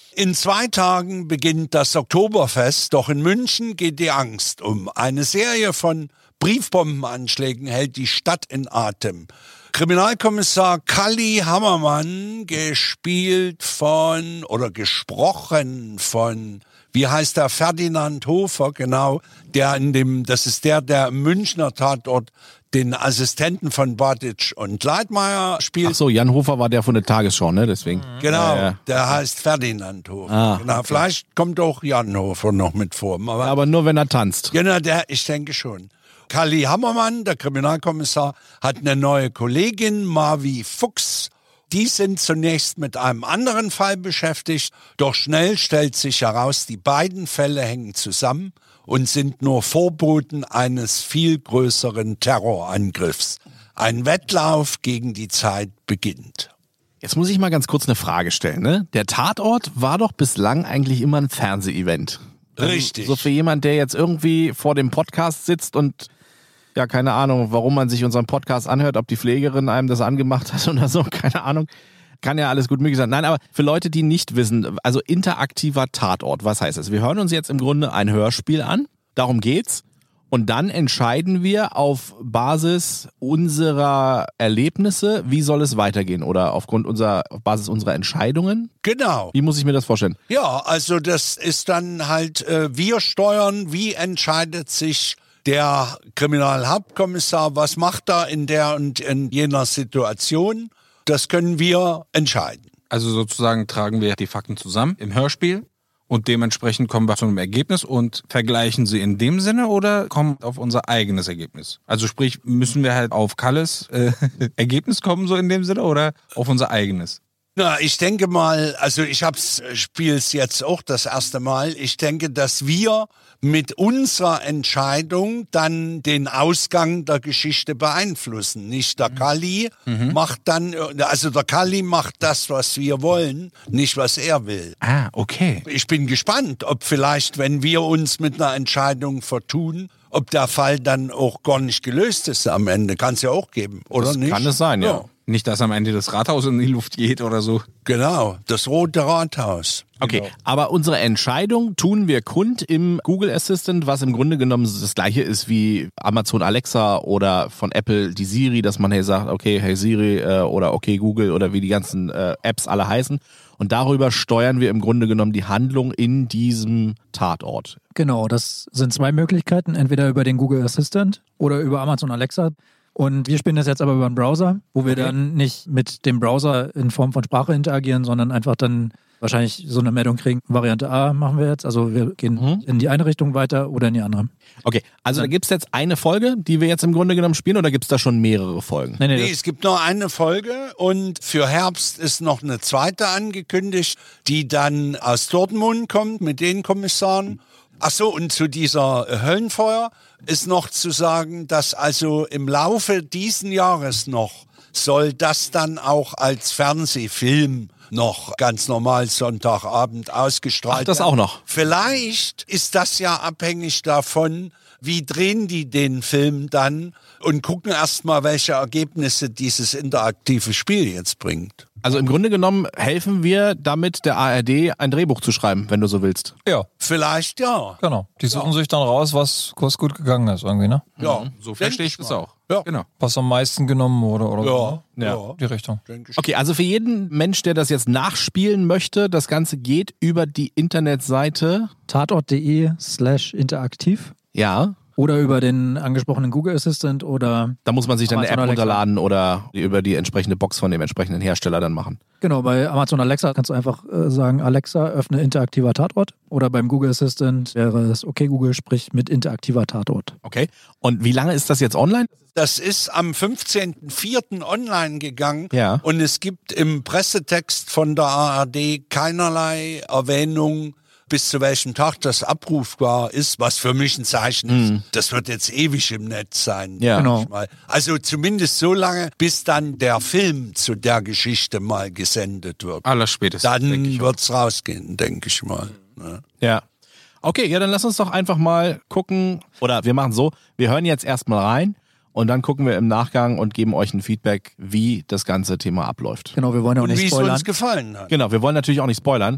In zwei Tagen beginnt das Oktoberfest, doch in München geht die Angst um. Eine Serie von Briefbombenanschlägen hält die Stadt in Atem. Kriminalkommissar Kalli Hammermann, gespielt von oder gesprochen von, wie heißt der, Ferdinand Hofer, genau, der in dem, das ist der, der im Münchner Tatort den Assistenten von Badic und Leitmeier spielt. Ach so, Jan Hofer war der von der Tagesschau, ne? Deswegen. Genau, Ja, ja. der heißt Ferdinand Hofer. Ah, genau, okay. Vielleicht kommt auch Jan Hofer noch mit vor. Aber, Aber nur wenn er tanzt. genau, der, ich denke schon. Kalli Hammermann, der Kriminalkommissar, hat eine neue Kollegin, Marvi Fuchs. Die sind zunächst mit einem anderen Fall beschäftigt, doch schnell stellt sich heraus, die beiden Fälle hängen zusammen und sind nur Vorboten eines viel größeren Terrorangriffs. Ein Wettlauf gegen die Zeit beginnt. Jetzt muss ich mal ganz kurz eine Frage stellen, ne? Der Tatort war doch bislang eigentlich immer ein Fernsehevent. Also Richtig. So für jemand, der jetzt irgendwie vor dem Podcast sitzt und ja, keine Ahnung, warum man sich unseren Podcast anhört, ob die Pflegerin einem das angemacht hat oder so, keine Ahnung. Kann ja alles gut möglich sein. Nein, aber für Leute, die nicht wissen, also interaktiver Tatort, was heißt das? Wir hören uns jetzt im Grunde ein Hörspiel an, darum geht's. Und dann entscheiden wir auf Basis unserer Erlebnisse, wie soll es weitergehen oder aufgrund unserer, auf Basis unserer Entscheidungen. Genau. Wie muss ich mir das vorstellen? Ja, also das ist dann halt, äh, wir steuern, wie entscheidet sich der Kriminalhauptkommissar, was macht er in der und in jener Situation, das können wir entscheiden. Also sozusagen tragen wir die Fakten zusammen im Hörspiel und dementsprechend kommen wir zu einem Ergebnis und vergleichen sie in dem Sinne oder kommen auf unser eigenes Ergebnis? Also sprich, müssen wir halt auf Kalles äh, Ergebnis kommen, so in dem Sinne, oder auf unser eigenes? Na, ich denke mal, also ich hab's, spiel's jetzt auch das erste Mal. Ich denke, dass wir mit unserer Entscheidung dann den Ausgang der Geschichte beeinflussen. Nicht der Kalli Mhm. macht dann, also der Kalli macht das, was wir wollen, nicht was er will. Ah, okay. Ich bin gespannt, ob vielleicht, wenn wir uns mit einer Entscheidung vertun, ob der Fall dann auch gar nicht gelöst ist am Ende. Kann es ja auch geben, oder Das nicht? kann es sein, ja. Nicht, dass am Ende das Rathaus in die Luft geht oder so. Genau, das Rote Rathaus. Okay, aber unsere Entscheidung tun wir kund im Google Assistant, was im Grunde genommen das gleiche ist wie Amazon Alexa oder von Apple die Siri, dass man hey sagt, okay, hey Siri äh, oder okay Google oder wie die ganzen äh, Apps alle heißen. Und darüber steuern wir im Grunde genommen die Handlung in diesem Tatort. Genau, das sind zwei Möglichkeiten, entweder über den Google Assistant oder über Amazon Alexa. Und wir spielen das jetzt aber über einen Browser, wo wir Okay. dann nicht mit dem Browser in Form von Sprache interagieren, sondern einfach dann wahrscheinlich so eine Meldung kriegen, Variante A machen wir jetzt, also wir gehen Mhm. in die eine Richtung weiter oder in die andere. Okay, also da gibt's jetzt eine Folge, die wir jetzt im Grunde genommen spielen, oder gibt's da schon mehrere Folgen? Nee, nee, Nee, das, es gibt nur eine Folge und für Herbst ist noch eine zweite angekündigt, die dann aus Dortmund kommt mit den Kommissaren. Ach so, und zu dieser Höllenfeuer ist noch zu sagen, dass also im Laufe diesen Jahres noch soll das dann auch als Fernsehfilm noch ganz normal Sonntagabend ausgestrahlt Ach, das werden. auch noch. Vielleicht ist das ja abhängig davon, wie drehen die den Film dann und gucken erstmal, welche Ergebnisse dieses interaktive Spiel jetzt bringt. Also im Grunde genommen helfen wir damit der A R D ein Drehbuch zu schreiben, wenn du so willst. Ja, Vielleicht ja. genau. Die suchen sich dann raus, was, was gut gegangen ist irgendwie, ne? Ja, So denk verstehe ich das mal. auch. Ja. Genau. Was am meisten genommen wurde oder so. Ja, ne? ja. Die Richtung. Denke ich. Okay, also für jeden Mensch, der das jetzt nachspielen möchte, das Ganze geht über die Internetseite. tatort.de slash interaktiv Ja, oder über den angesprochenen Google Assistant oder da muss man sich dann eine App Amazon Alexa. runterladen oder über die entsprechende Box von dem entsprechenden Hersteller dann machen. genau, bei Amazon Alexa kannst du einfach äh, sagen, Alexa, öffne interaktiver Tatort oder beim Google Assistant wäre es okay Google, sprich mit interaktiver Tatort. Okay. Und wie lange ist das jetzt online? Das ist am fünfzehnten vierten online gegangen Ja. und es gibt im Pressetext von der A R D keinerlei Erwähnung, bis zu welchem Tag das abrufbar ist, was für mich ein Zeichen ist. Das wird jetzt ewig im Netz sein. Ja. denke Genau. ich mal. Also zumindest so lange, bis dann der Film zu der Geschichte mal gesendet wird. Allerspätestens, denke Dann ich auch. wird's rausgehen, denke ich mal. Ne? Ja. Okay, ja, dann lass uns doch einfach mal gucken. Oder wir machen so, wir hören jetzt erstmal rein und dann gucken wir im Nachgang und geben euch ein Feedback, wie das ganze Thema abläuft. Genau, wir wollen ja auch Und nicht wie es spoilern. uns gefallen hat. Genau, wir wollen natürlich auch nicht spoilern.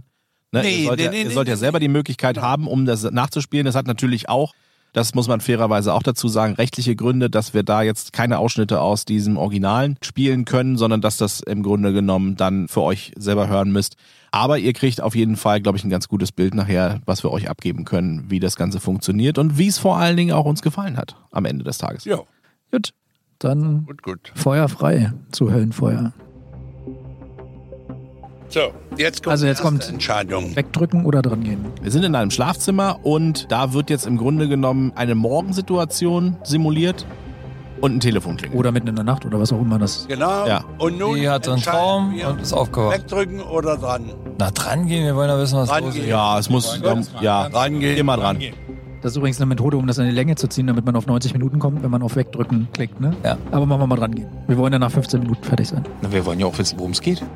Ne? Nee, ihr sollt, nee, ja, nee, ihr nee, sollt ja nee. selber die Möglichkeit haben, um das nachzuspielen. Das hat natürlich auch, das muss man fairerweise auch dazu sagen, rechtliche Gründe, dass wir da jetzt keine Ausschnitte aus diesem Originalen spielen können, sondern dass das im Grunde genommen dann für euch selber hören müsst. Aber ihr kriegt auf jeden Fall, glaube ich, ein ganz gutes Bild nachher, was wir euch abgeben können, wie das Ganze funktioniert und wie es vor allen Dingen auch uns gefallen hat am Ende des Tages. Ja, Gut, dann gut, gut. Feuer frei zu Höllenfeuer. So, jetzt kommt Also jetzt die erste kommt- Entscheidung. Wegdrücken oder dran gehen? Wir sind in einem Schlafzimmer und da wird jetzt im Grunde genommen eine Morgensituation simuliert und ein Telefon klingelt. Oder mitten in der Nacht oder was auch immer das. Genau. Ja. Und nun Die hatte einen entscheiden Traum wir, und ist aufgewacht. wegdrücken oder dran. Na, dran gehen, wir wollen ja wissen, was Dran los ist. gehen. Ja, es muss, ja, Rangehen. immer dran. Das ist übrigens eine Methode, um das in die Länge zu ziehen, damit man auf neunzig Minuten kommt, wenn man auf Wegdrücken klickt. Ne? Ja. Aber machen wir mal dran gehen. Wir wollen ja nach fünfzehn Minuten fertig sein. Na, wir wollen ja auch wissen, worum es geht.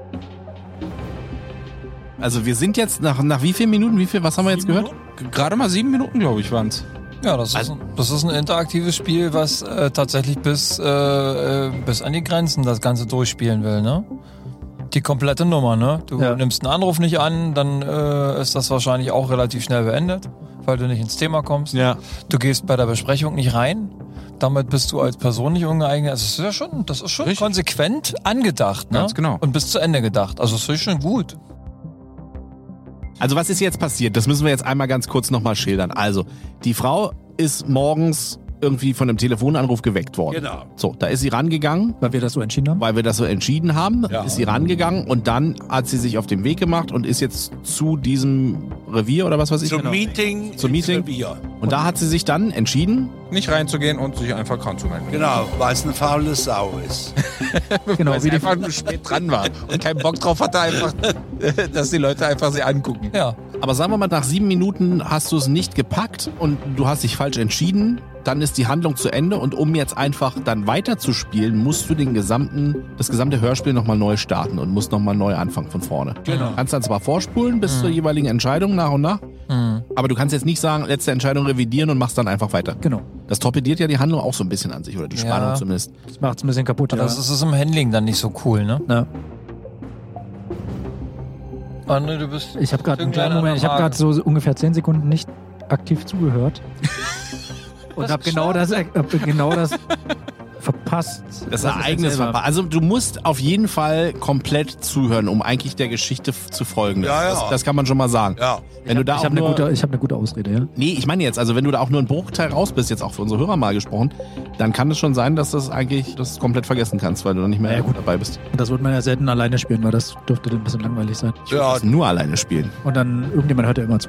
Also wir sind jetzt nach, nach wie vielen Minuten, wie viel, was haben wir jetzt gehört? Gerade mal sieben Minuten, glaube ich, waren es. Ja, das ist, Also- ein, das ist ein interaktives Spiel, was äh, tatsächlich bis, äh, äh, bis an die Grenzen das Ganze durchspielen will, ne? Die komplette Nummer, ne? Du Ja. nimmst einen Anruf nicht an, dann äh, ist das wahrscheinlich auch relativ schnell beendet, weil du nicht ins Thema kommst. Ja. Du gehst bei der Besprechung nicht rein. Damit bist du als Person nicht ungeeignet. Also das ist ja schon, das ist schon Richtig. konsequent angedacht, ne? Ganz genau. Und bis zu Ende gedacht. Also das ist schon gut. Also was ist jetzt passiert? Das müssen wir jetzt einmal ganz kurz nochmal schildern. Also, die Frau ist morgens irgendwie von einem Telefonanruf geweckt worden. Genau. So, da ist sie rangegangen, Weil wir das so entschieden haben. weil wir das so entschieden haben, Ja. ist sie rangegangen und dann hat sie sich auf den Weg gemacht und ist jetzt zu diesem Revier oder was weiß ich. Zum genau. Meeting. Zum ins Meeting. Revier. Und da hat sie sich dann entschieden, Nicht reinzugehen und sich einfach krank zu melden. Genau, weil es eine faule Sau ist. Genau, Weil wie sie die, einfach nur spät dran war und keinen Bock drauf hatte, einfach, dass die Leute einfach sie angucken. Ja. aber sagen wir mal, nach sieben Minuten hast du es nicht gepackt und du hast dich falsch entschieden, dann ist die Handlung zu Ende und um jetzt einfach dann weiterzuspielen, musst du den gesamten, das gesamte Hörspiel nochmal neu starten und musst nochmal neu anfangen von vorne. Genau. Du kannst dann zwar vorspulen bis zur jeweiligen Entscheidung nach und nach, Mhm. aber du kannst jetzt nicht sagen, letzte Entscheidung revidieren und machst dann einfach weiter. genau. Das torpediert ja die Handlung auch so ein bisschen an sich oder die Ja. Spannung zumindest. Das macht es ein bisschen kaputt. Aber Ja. das ist es im Handling dann nicht so cool, ne? Na, André, du bist. ich habe gerade einen Irgendeiner kleinen Moment, ich habe Frage. gerade so ungefähr zehn Sekunden nicht aktiv zugehört. Und Das habe ist genau das, hab genau das verpasst. Das was ich Ereignis erzählt war. habe. Also du musst auf jeden Fall komplett zuhören, um eigentlich der Geschichte f- zu folgen. Das, Ja, ja. Das, das kann man schon mal sagen. Ja. Wenn du da Ich auch habe eine, nur, gute- ich hab eine gute Ausrede, ja. nee, ich meine jetzt, also wenn du da auch nur einen Bruchteil raus bist, jetzt auch für unsere Hörer mal gesprochen, dann kann es schon sein, dass das eigentlich das komplett vergessen kannst, weil du dann nicht mehr Ja, gut. dabei bist. Und das wird man ja selten alleine spielen, weil das dürfte dann ein bisschen langweilig sein. Ja, Das nur alleine spielen. Und dann, irgendjemand hört ja immer zu.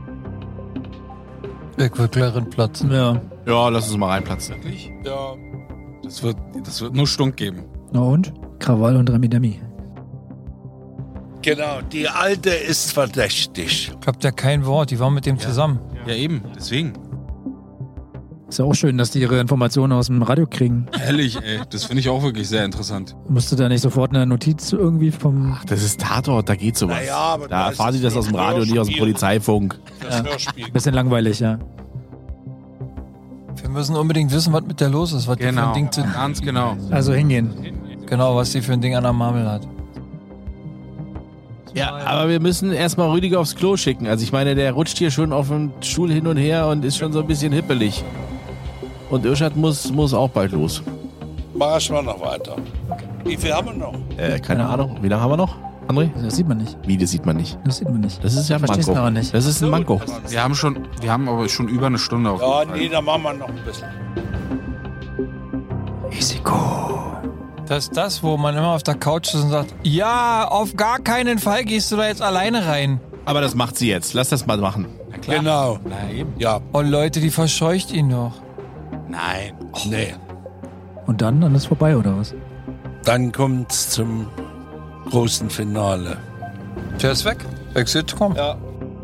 Ich will Clarin platzen. Ja. Ja, lass uns mal reinplatzen. Ja. Das wird, das wird nur Stunk geben. Na und? Krawall und Remi Demi. genau. Die Alte ist verdächtig. Habt ja kein Wort, die waren mit dem zusammen. Ja, eben. Deswegen. Ist ja auch schön, dass die ihre Informationen aus dem Radio kriegen. Ehrlich, ey. Das finde ich auch wirklich sehr interessant. Musste da nicht sofort eine Notiz irgendwie vom... Das ist Tatort, da geht sowas. Naja, aber da da erfahren ist sie das es aus dem nur Radio, nicht aus dem Hörspiel. Polizeifunk. Das Hörspiel. Bisschen langweilig, ja. Wir müssen unbedingt wissen, was mit der los ist, was die für Genau. ein Ding zu. Ganz genau. Also hingehen. Genau, was die für ein Ding an der Marmel hat. Ja, aber wir müssen erstmal Rüdiger aufs Klo schicken. Also ich meine, der rutscht hier schon auf dem Stuhl hin und her und ist schon so ein bisschen hippelig. Und Irschad muss, muss auch bald los. Mach ich mal noch weiter. Wie viel haben wir noch? Äh, keine Ahnung. Wie lange haben wir noch, André? Das sieht man nicht. Wie, das sieht man nicht. Das sieht man nicht. Das ist ja ein Verstehst Manko. du aber nicht. Das ist ein Manko. Wir haben schon, wir haben aber schon über eine Stunde auf Ja, jeden Fall. nee, dann machen wir noch ein bisschen. Risiko. Das ist das, wo man immer auf der Couch ist und sagt, ja, auf gar keinen Fall gehst du da jetzt alleine rein. Aber das macht sie jetzt. Lass das mal machen. Genau. Na eben. Ja, Oh Leute, die verscheucht ihn doch. nein. Nee. Und dann, dann ist vorbei, oder was? Dann kommt's zum großen Finale. Der ist weg. Wechselt, komm. Ja.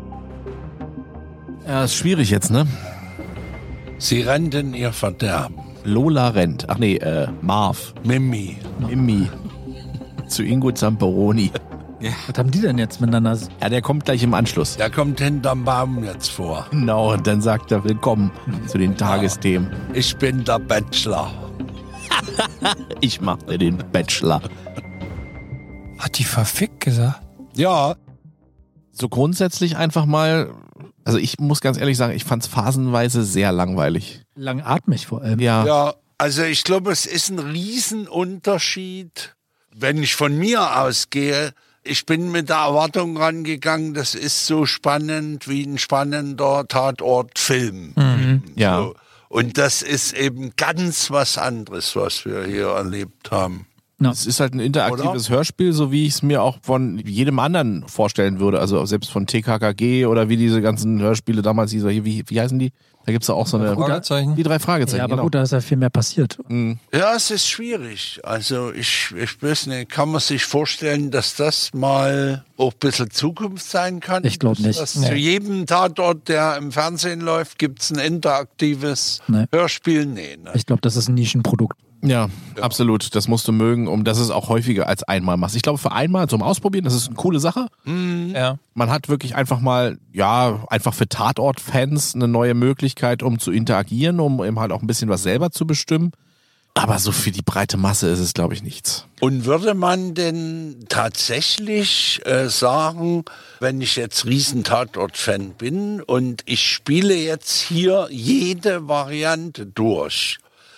Ja, ist schwierig jetzt, ne? Sie rennt in ihr Verderben. Lola rennt. Ach nee, äh, Marv. Mimi. Mimi. Zu Ingo Zamperoni. Was haben die denn jetzt miteinander? Ja, der kommt gleich im Anschluss. Der kommt hinterm Baum jetzt vor. Genau, und dann sagt er willkommen zu den Tagesthemen. Ich bin der Bachelor. Ich mache den Bachelor. Hat die verfickt gesagt? Ja, So grundsätzlich einfach mal, also ich muss ganz ehrlich sagen, ich fand es phasenweise sehr langweilig. Langatmig vor allem. Ja. Ja, also ich glaube, es ist ein Riesenunterschied, wenn ich von mir ausgehe. Ich bin mit der Erwartung rangegangen, das ist so spannend wie ein spannender Tatortfilm. Mhm. Ja. So. Und das ist eben ganz was anderes, was wir hier erlebt haben. Ja. Es ist halt ein interaktives Hörspiel, so wie ich es mir auch von jedem anderen vorstellen würde. Also selbst von T K K G oder wie diese ganzen Hörspiele damals, diese, wie, wie heißen die? Da gibt's ja auch so eine... Fragezeichen. Die drei Fragezeichen, Ja, aber genau. gut, da ist ja viel mehr passiert. Ja, es ist schwierig. Also ich, ich weiß nicht, kann man sich vorstellen, dass das mal auch ein bisschen Zukunft sein kann? Ich glaub nicht. Dass Nee. Zu jedem Tatort, der im Fernsehen läuft, gibt's ein interaktives Nee. Hörspiel? Nee, ne? Ich glaube, das ist ein Nischenprodukt. Ja, absolut. Das musst du mögen, um dass es auch häufiger als einmal machst. Ich glaube, für einmal zum Ausprobieren, das ist eine coole Sache. Ja. Man hat wirklich einfach mal, ja, einfach für Tatort-Fans eine neue Möglichkeit, um zu interagieren, um eben halt auch ein bisschen was selber zu bestimmen. Aber so für die breite Masse ist es, glaube ich, nichts. Und würde man denn tatsächlich äh, sagen, wenn ich jetzt Riesen-Tatort-Fan bin und ich spiele jetzt hier jede Variante durch,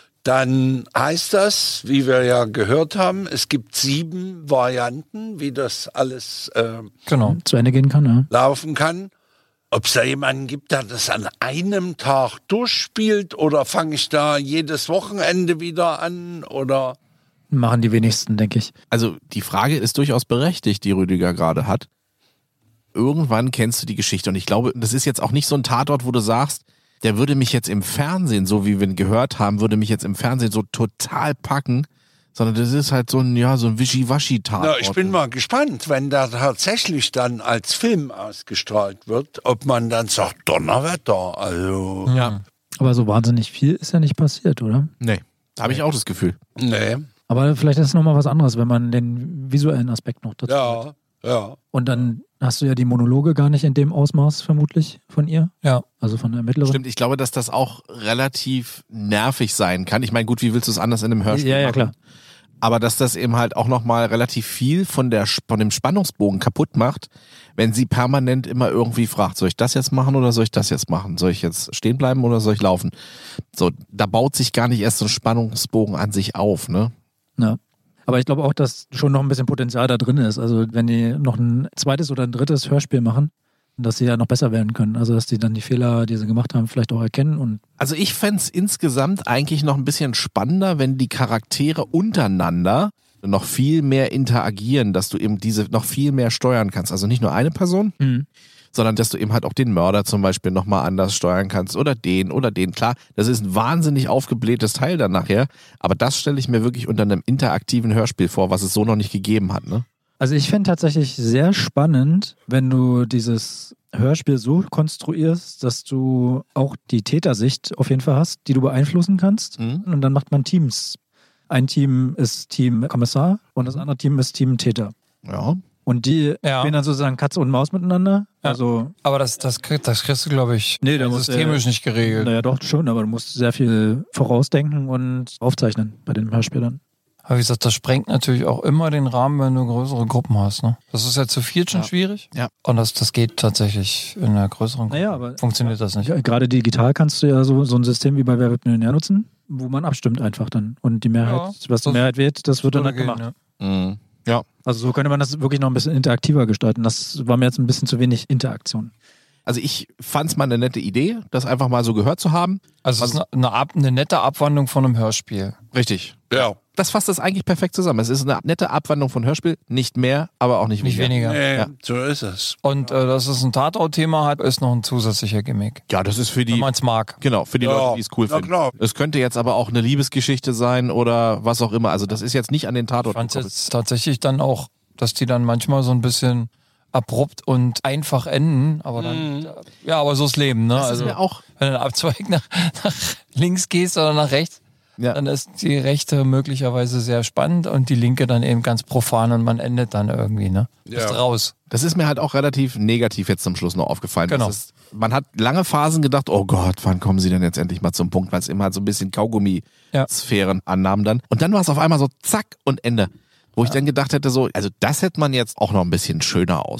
dann heißt das, wie wir ja gehört haben, es gibt sieben Varianten, wie das alles äh, Genau. Zu Ende gehen kann, ja. laufen kann. Ob es da jemanden gibt, der das an einem Tag durchspielt, oder fange ich da jedes Wochenende wieder an, oder... Machen die wenigsten, denke ich. Also die Frage ist durchaus berechtigt, die Rüdiger gerade hat. Irgendwann kennst du die Geschichte und ich glaube, das ist jetzt auch nicht so ein Tatort, wo du sagst, der würde mich jetzt im Fernsehen, so wie wir ihn gehört haben, würde mich jetzt im Fernsehen so total packen, sondern das ist halt so ein, ja, so ein Wischiwaschi-Tatort. Na, ich bin mal gespannt, wenn der tatsächlich dann als Film ausgestrahlt wird, ob man dann sagt, Donnerwetter, also... Ja, Aber so wahnsinnig viel ist ja nicht passiert, oder? nee, habe ich auch das Gefühl. Nee, Aber vielleicht ist es nochmal was anderes, wenn man den visuellen Aspekt noch dazu hat. ja, ja. Und dann hast du ja die Monologe gar nicht in dem Ausmaß vermutlich von ihr, Ja. also von der Ermittlerin. Stimmt, ich glaube, dass das auch relativ nervig sein kann. Ich meine, gut, wie willst du es anders in einem Hörspiel Ja, ja, machen? klar. Aber dass das eben halt auch nochmal relativ viel von, der, von dem Spannungsbogen kaputt macht, wenn sie permanent immer irgendwie fragt, soll ich das jetzt machen oder soll ich das jetzt machen? Soll ich jetzt stehen bleiben oder soll ich laufen? So, da baut sich gar nicht erst so ein Spannungsbogen an sich auf, ne? Ja. Aber ich glaube auch, dass schon noch ein bisschen Potenzial da drin ist. Also wenn die noch ein zweites oder ein drittes Hörspiel machen, dass sie ja noch besser werden können. Also dass die dann die Fehler, die sie gemacht haben, vielleicht auch erkennen. Und Also ich fänd's insgesamt eigentlich noch ein bisschen spannender, wenn die Charaktere untereinander noch viel mehr interagieren, dass du eben diese noch viel mehr steuern kannst. Also nicht nur eine Person, Mhm. sondern dass du eben halt auch den Mörder zum Beispiel nochmal anders steuern kannst oder den oder den. Klar, das ist ein wahnsinnig aufgeblähtes Teil dann nachher, aber das stelle ich mir wirklich unter einem interaktiven Hörspiel vor, was es so noch nicht gegeben hat, ne? Also ich fände tatsächlich sehr spannend, wenn du dieses Hörspiel so konstruierst, dass du auch die Tätersicht auf jeden Fall hast, die du beeinflussen kannst. Mhm. Und dann macht man Teams. Ein Team ist Team Kommissar und das andere Team ist Team Täter. Ja. Und die Ja. spielen dann sozusagen Katze und Maus miteinander. Ja. Also, Aber das, das, krieg- das kriegst du, glaube ich, Nee, da muss, systemisch äh, nicht geregelt. naja doch schon, aber du musst sehr viel vorausdenken und aufzeichnen bei den Hörspielern. Aber wie gesagt, das sprengt natürlich auch immer den Rahmen, wenn du größere Gruppen hast. Ne? Das ist ja zu viert schon Ja. schwierig. Ja. Und das, das geht tatsächlich in einer größeren Gruppe. Naja, aber Funktioniert das nicht. Ja, gerade digital kannst du ja so, so ein System wie bei Wer wird Millionär nutzen, wo man abstimmt einfach dann. Und die Mehrheit, Ja, was die das Mehrheit wählt, das wird dann Würde halt gehen, gemacht. ja. Mhm. Ja. Also so könnte man das wirklich noch ein bisschen interaktiver gestalten. Das war mir jetzt ein bisschen zu wenig Interaktion. Also ich fand's mal eine nette Idee, das einfach mal so gehört zu haben. Also es ist eine, eine, Ab, eine nette Abwandlung von einem Hörspiel. Richtig. Ja. Das fasst das eigentlich perfekt zusammen. Es ist eine nette Abwandlung von Hörspiel, nicht mehr, aber auch nicht Nicht weniger. weniger. Nee, Ja. so ist es. Und äh, dass es ein Tatort-Thema hat, ist noch ein zusätzlicher Gimmick. Ja, das ist für Wenn die, man es mag. genau, für die Ja, Leute, die es cool na finden. klar. Es könnte jetzt aber auch eine Liebesgeschichte sein oder was auch immer. Also das ist jetzt nicht an den Ich Tatort fand es gekoppelt. jetzt tatsächlich dann auch, dass die dann manchmal so ein bisschen abrupt und einfach enden, aber dann, ja, aber so ist Leben, ne? Das also, ist mir auch, wenn du einen Abzweig nach, nach links gehst oder nach rechts, ja. dann ist die rechte möglicherweise sehr spannend und die linke dann eben ganz profan und man endet dann irgendwie, ne? Bist Ja. raus. Das ist mir halt auch relativ negativ jetzt zum Schluss noch aufgefallen. Genau. Das ist, man hat lange Phasen gedacht, oh Gott, wann kommen sie denn jetzt endlich mal zum Punkt, weil es immer halt so ein bisschen Kaugummi-Sphären annahmen dann. Und dann war es auf einmal so zack und Ende. Wo ich dann gedacht hätte, so, also das hätte man jetzt auch noch ein bisschen schöner ausschmücken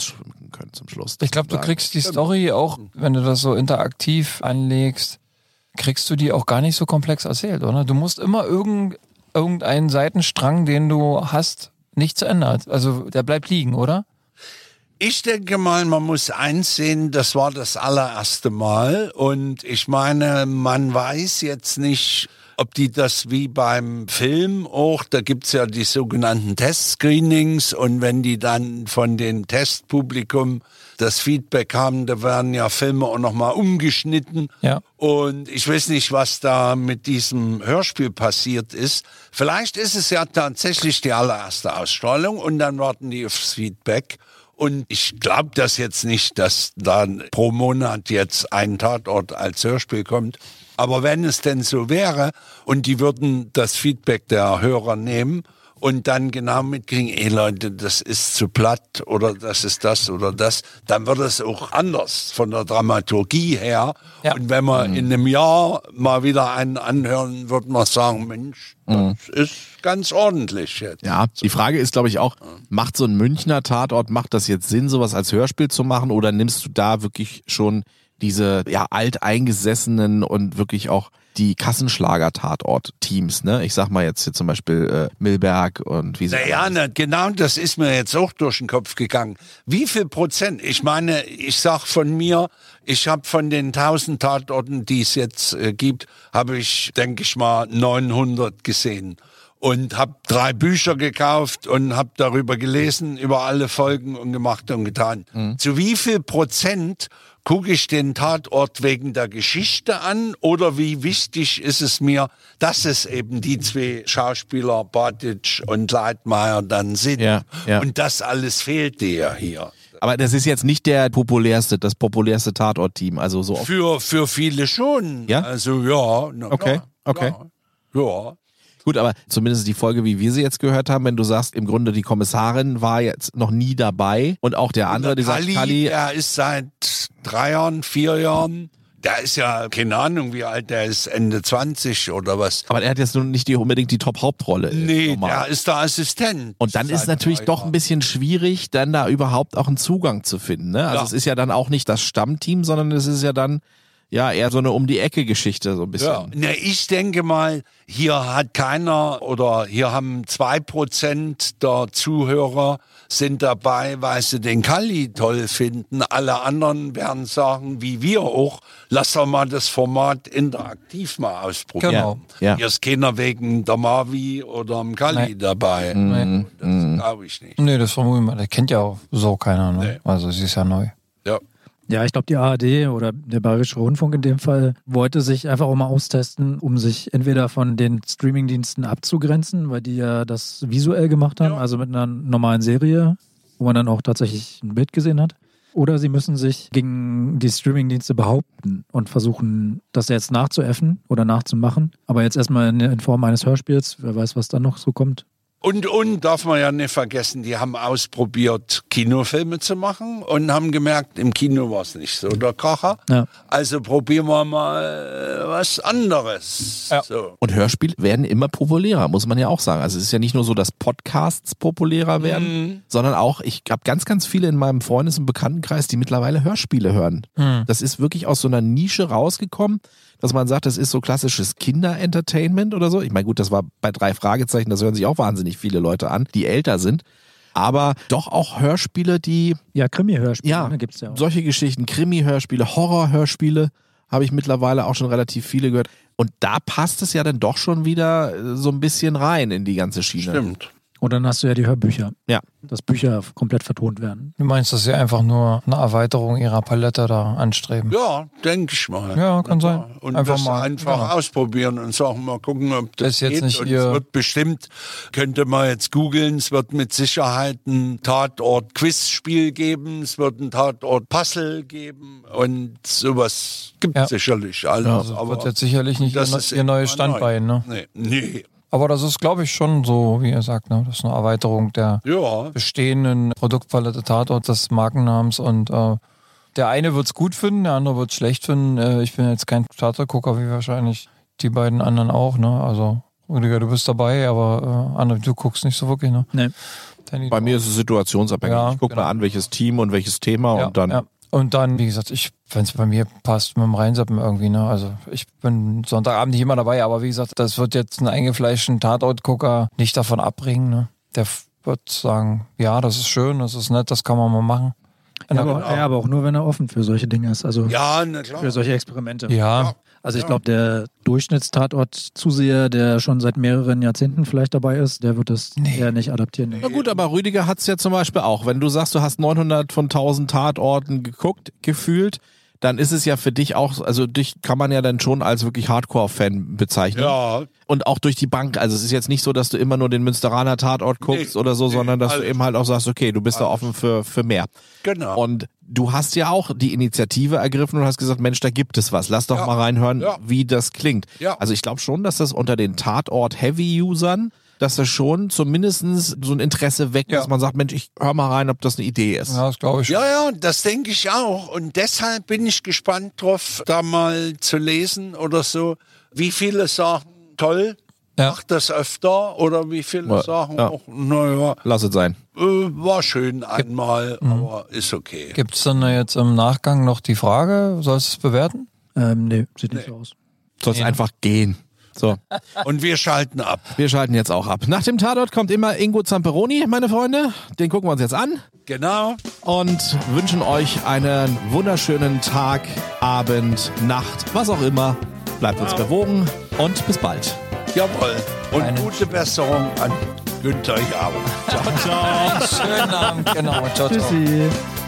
können zum Schluss. Ich glaube, du Sagen. kriegst die Story auch, wenn du das so interaktiv anlegst, kriegst du die auch gar nicht so komplex erzählt, oder? Du musst immer irgend, irgendeinen Seitenstrang, den du hast, nicht zu ändern. Also der bleibt liegen, oder? Ich denke mal, man muss einsehen, das war das allererste Mal und ich meine, man weiß jetzt nicht, ob die das wie beim Film auch, da gibt's ja die sogenannten Testscreenings und wenn die dann von dem Testpublikum das Feedback haben, da werden ja Filme auch nochmal umgeschnitten. Ja. Und ich weiß nicht, was da mit diesem Hörspiel passiert ist. Vielleicht ist es ja tatsächlich die allererste Ausstrahlung und dann warten die aufs Feedback. Und ich glaube das jetzt nicht, dass dann pro Monat jetzt ein Tatort als Hörspiel kommt. Aber wenn es denn so wäre und die würden das Feedback der Hörer nehmen und dann genau mitkriegen, ey Leute, das ist zu platt oder das ist das oder das, dann wird es auch anders von der Dramaturgie her. Ja. Und wenn wir in einem Jahr mal wieder einen anhören, wird man sagen, Mensch, das ist ganz ordentlich jetzt. Ja, die Frage ist, glaube ich, auch, macht so ein Münchner Tatort, macht das jetzt Sinn, sowas als Hörspiel zu machen oder nimmst du da wirklich schon diese ja alteingesessenen und wirklich auch die Kassenschlager-Tatort-Teams, ne? Ich sag mal jetzt hier zum Beispiel äh, Milberg und wie sie Naja, na, genau, das ist mir jetzt auch durch den Kopf gegangen. Wie viel Prozent? Ich meine, ich sag von mir, ich habe von den tausend Tatorten, die es jetzt äh, gibt, habe ich, denke ich mal, neunhundert gesehen. Und habe drei Bücher gekauft und habe darüber gelesen, über alle Folgen und gemacht und getan. Mhm. Zu wie viel Prozent gucke ich den Tatort wegen der Geschichte an oder wie wichtig ist es mir, dass es eben die zwei Schauspieler Badic und Leitmayr dann sind. Ja, ja. Und das alles fehlt dir hier. Aber das ist jetzt nicht der populärste, das populärste Tatort-Team, also so oft. Für, für viele schon. Ja? Also ja. Na, Okay, klar, okay. klar. Ja. Gut, aber zumindest die Folge, wie wir sie jetzt gehört haben, wenn du sagst, im Grunde die Kommissarin war jetzt noch nie dabei und auch der andere, dieser Kalli, Kalli, der ist seit drei Jahren, vier Jahren, der ist ja, keine Ahnung, wie alt der ist, Ende zwanzig oder was. aber er hat jetzt nun nicht die, unbedingt die Top-Hauptrolle. Nee, normal. der ist der Assistent. Und dann ist es seit natürlich drei doch Jahren. ein bisschen schwierig, dann da überhaupt auch einen Zugang zu finden. Ne? Also Ja. es ist ja dann auch nicht das Stammteam, sondern es ist ja dann ja eher so eine Um-die-Ecke-Geschichte so ein bisschen. Ja, ne, ich denke mal, hier hat keiner oder hier haben zwei Prozent der Zuhörer sind dabei, weil sie den Kalli toll finden. Alle anderen werden sagen, wie wir auch, lass doch mal das Format interaktiv mal ausprobieren. Genau. Ja. Hier ist keiner wegen der Marvi oder dem Kalli Nein. dabei. Nee. Das glaube ich nicht. Nee, das vermuten wir. Der kennt ja auch so keiner, ne? Nee. Also sie ist ja neu. Ja. Ja, ich glaube, die A R D oder der Bayerische Rundfunk in dem Fall wollte sich einfach auch mal austesten, um sich entweder von den Streamingdiensten abzugrenzen, weil die ja das visuell gemacht haben, Ja. also mit einer normalen Serie, wo man dann auch tatsächlich ein Bild gesehen hat. Oder sie müssen sich gegen die Streamingdienste behaupten und versuchen, das jetzt nachzuäffen oder nachzumachen. Aber jetzt erstmal in, in Form eines Hörspiels, wer weiß, was dann noch so kommt. Und, und darf man ja nicht vergessen, die haben ausprobiert, Kinofilme zu machen und haben gemerkt, im Kino war es nicht so der Kracher. Ja. Also probieren wir mal äh, was anderes. Ja. So. Und Hörspiele werden immer populärer, muss man ja auch sagen. Also es ist ja nicht nur so, dass Podcasts populärer werden, Mhm. sondern auch, ich habe ganz, ganz viele in meinem Freundes- und Bekanntenkreis, die mittlerweile Hörspiele hören. Hm. Das ist wirklich aus so einer Nische rausgekommen, dass man sagt, das ist so klassisches Kinder-Entertainment oder so. Ich meine, gut, das war bei drei Fragezeichen, das hören sich auch wahnsinnig viele Leute an, die älter sind. Aber doch auch Hörspiele, die, Ja, Krimi-Hörspiele ja, ne, gibt es ja auch. solche Geschichten, Krimi-Hörspiele, Horror-Hörspiele, habe ich mittlerweile auch schon relativ viele gehört. Und da passt es ja dann doch schon wieder äh, so ein bisschen rein in die ganze Schiene. Stimmt. Und dann hast du ja die Hörbücher, Ja. dass Bücher komplett vertont werden. Du meinst, dass sie einfach nur eine Erweiterung ihrer Palette da anstreben? Ja, denke ich mal. Ja, kann sein. Und Einfach das mal, einfach genau. ausprobieren und sagen, mal gucken, ob das, Das ist jetzt geht. nicht und ihr- es wird bestimmt, könnte man jetzt googeln, es wird mit Sicherheit ein Tatort-Quiz-Spiel geben, es wird ein Tatort-Puzzle geben und sowas gibt es Ja. sicherlich alles. Also aber wird jetzt sicherlich nicht ihr, das neu- ist ihr neues immer neu. Standbein, ne? Nee, nee. Aber das ist, glaube ich, schon so, wie ihr sagt, ne? Das ist eine Erweiterung der Ja, bestehenden Produktpalette Tatort des Markennamens und äh, der eine wird es gut finden, der andere wird es schlecht finden. Äh, ich bin jetzt kein Tatortgucker, wie wahrscheinlich die beiden anderen auch, ne? Also Rüdiger, du bist dabei, aber äh, Anne, du guckst nicht so wirklich, ne? Nee. Danny, Bei mir ist es situationsabhängig. Ja, ich gucke genau. mal an, welches Team und welches Thema ja, und dann. Ja. Und dann, wie gesagt, ich, wenn es bei mir passt, mit dem Reinsappen irgendwie, ne? Also ich bin Sonntagabend nicht immer dabei, aber wie gesagt, das wird jetzt einen eingefleischten Tatortgucker nicht davon abbringen, ne? Der wird sagen, ja, das ist schön, das ist nett, das kann man mal machen. Ja, aber, ja, aber auch nur, wenn er offen für solche Dinge ist. Also Ja, na klar. für solche Experimente. Ja, Also ich glaube, der Durchschnittstatort-Zuseher, der schon seit mehreren Jahrzehnten vielleicht dabei ist, der wird das Nee. eher nicht adaptieren. Na gut, aber Rüdiger hat's ja zum Beispiel auch. Wenn du sagst, du hast neunhundert von tausend Tatorten geguckt, gefühlt, dann ist es ja für dich auch, also dich kann man ja dann schon als wirklich Hardcore-Fan bezeichnen. Ja, Und auch durch die Bank. Also es ist jetzt nicht so, dass du immer nur den Münsteraner Tatort guckst Nee, oder so, nee, sondern dass alles. du eben halt auch sagst, okay, du bist da offen für, für mehr. genau. Und du hast ja auch die Initiative ergriffen und hast gesagt, Mensch, da gibt es was. Lass doch Ja. mal reinhören, Ja. wie das klingt. Ja. Also ich glaube schon, dass das unter den Tatort-Heavy-Usern, dass das schon zumindest so ein Interesse weckt, Ja. dass man sagt, Mensch, ich hör mal rein, ob das eine Idee ist. ja, das glaube ich. Ja, ja, das denke ich auch. Und deshalb bin ich gespannt drauf, da mal zu lesen oder so, wie viele sagen, toll, Ja. mach das öfter, oder wie viele Ja, sagen ja. auch, naja, Lass es sein. äh, war schön einmal, aber ist okay. Gibt es dann jetzt im Nachgang noch die Frage, sollst du es bewerten? Ähm, nee, sieht nicht so aus. Soll es einfach gehen. So, Und wir schalten ab. wir schalten jetzt auch ab. Nach dem Tatort kommt immer Ingo Zamperoni, meine Freunde. Den gucken wir uns jetzt an. Genau. Und wünschen euch einen wunderschönen Tag, Abend, Nacht, was auch immer. Bleibt uns gewogen und bis bald. Jawohl. Und Eine- gute Besserung an Günther Jauch. Schönen Abend, genau. Ciao, ciao. Tschüssi.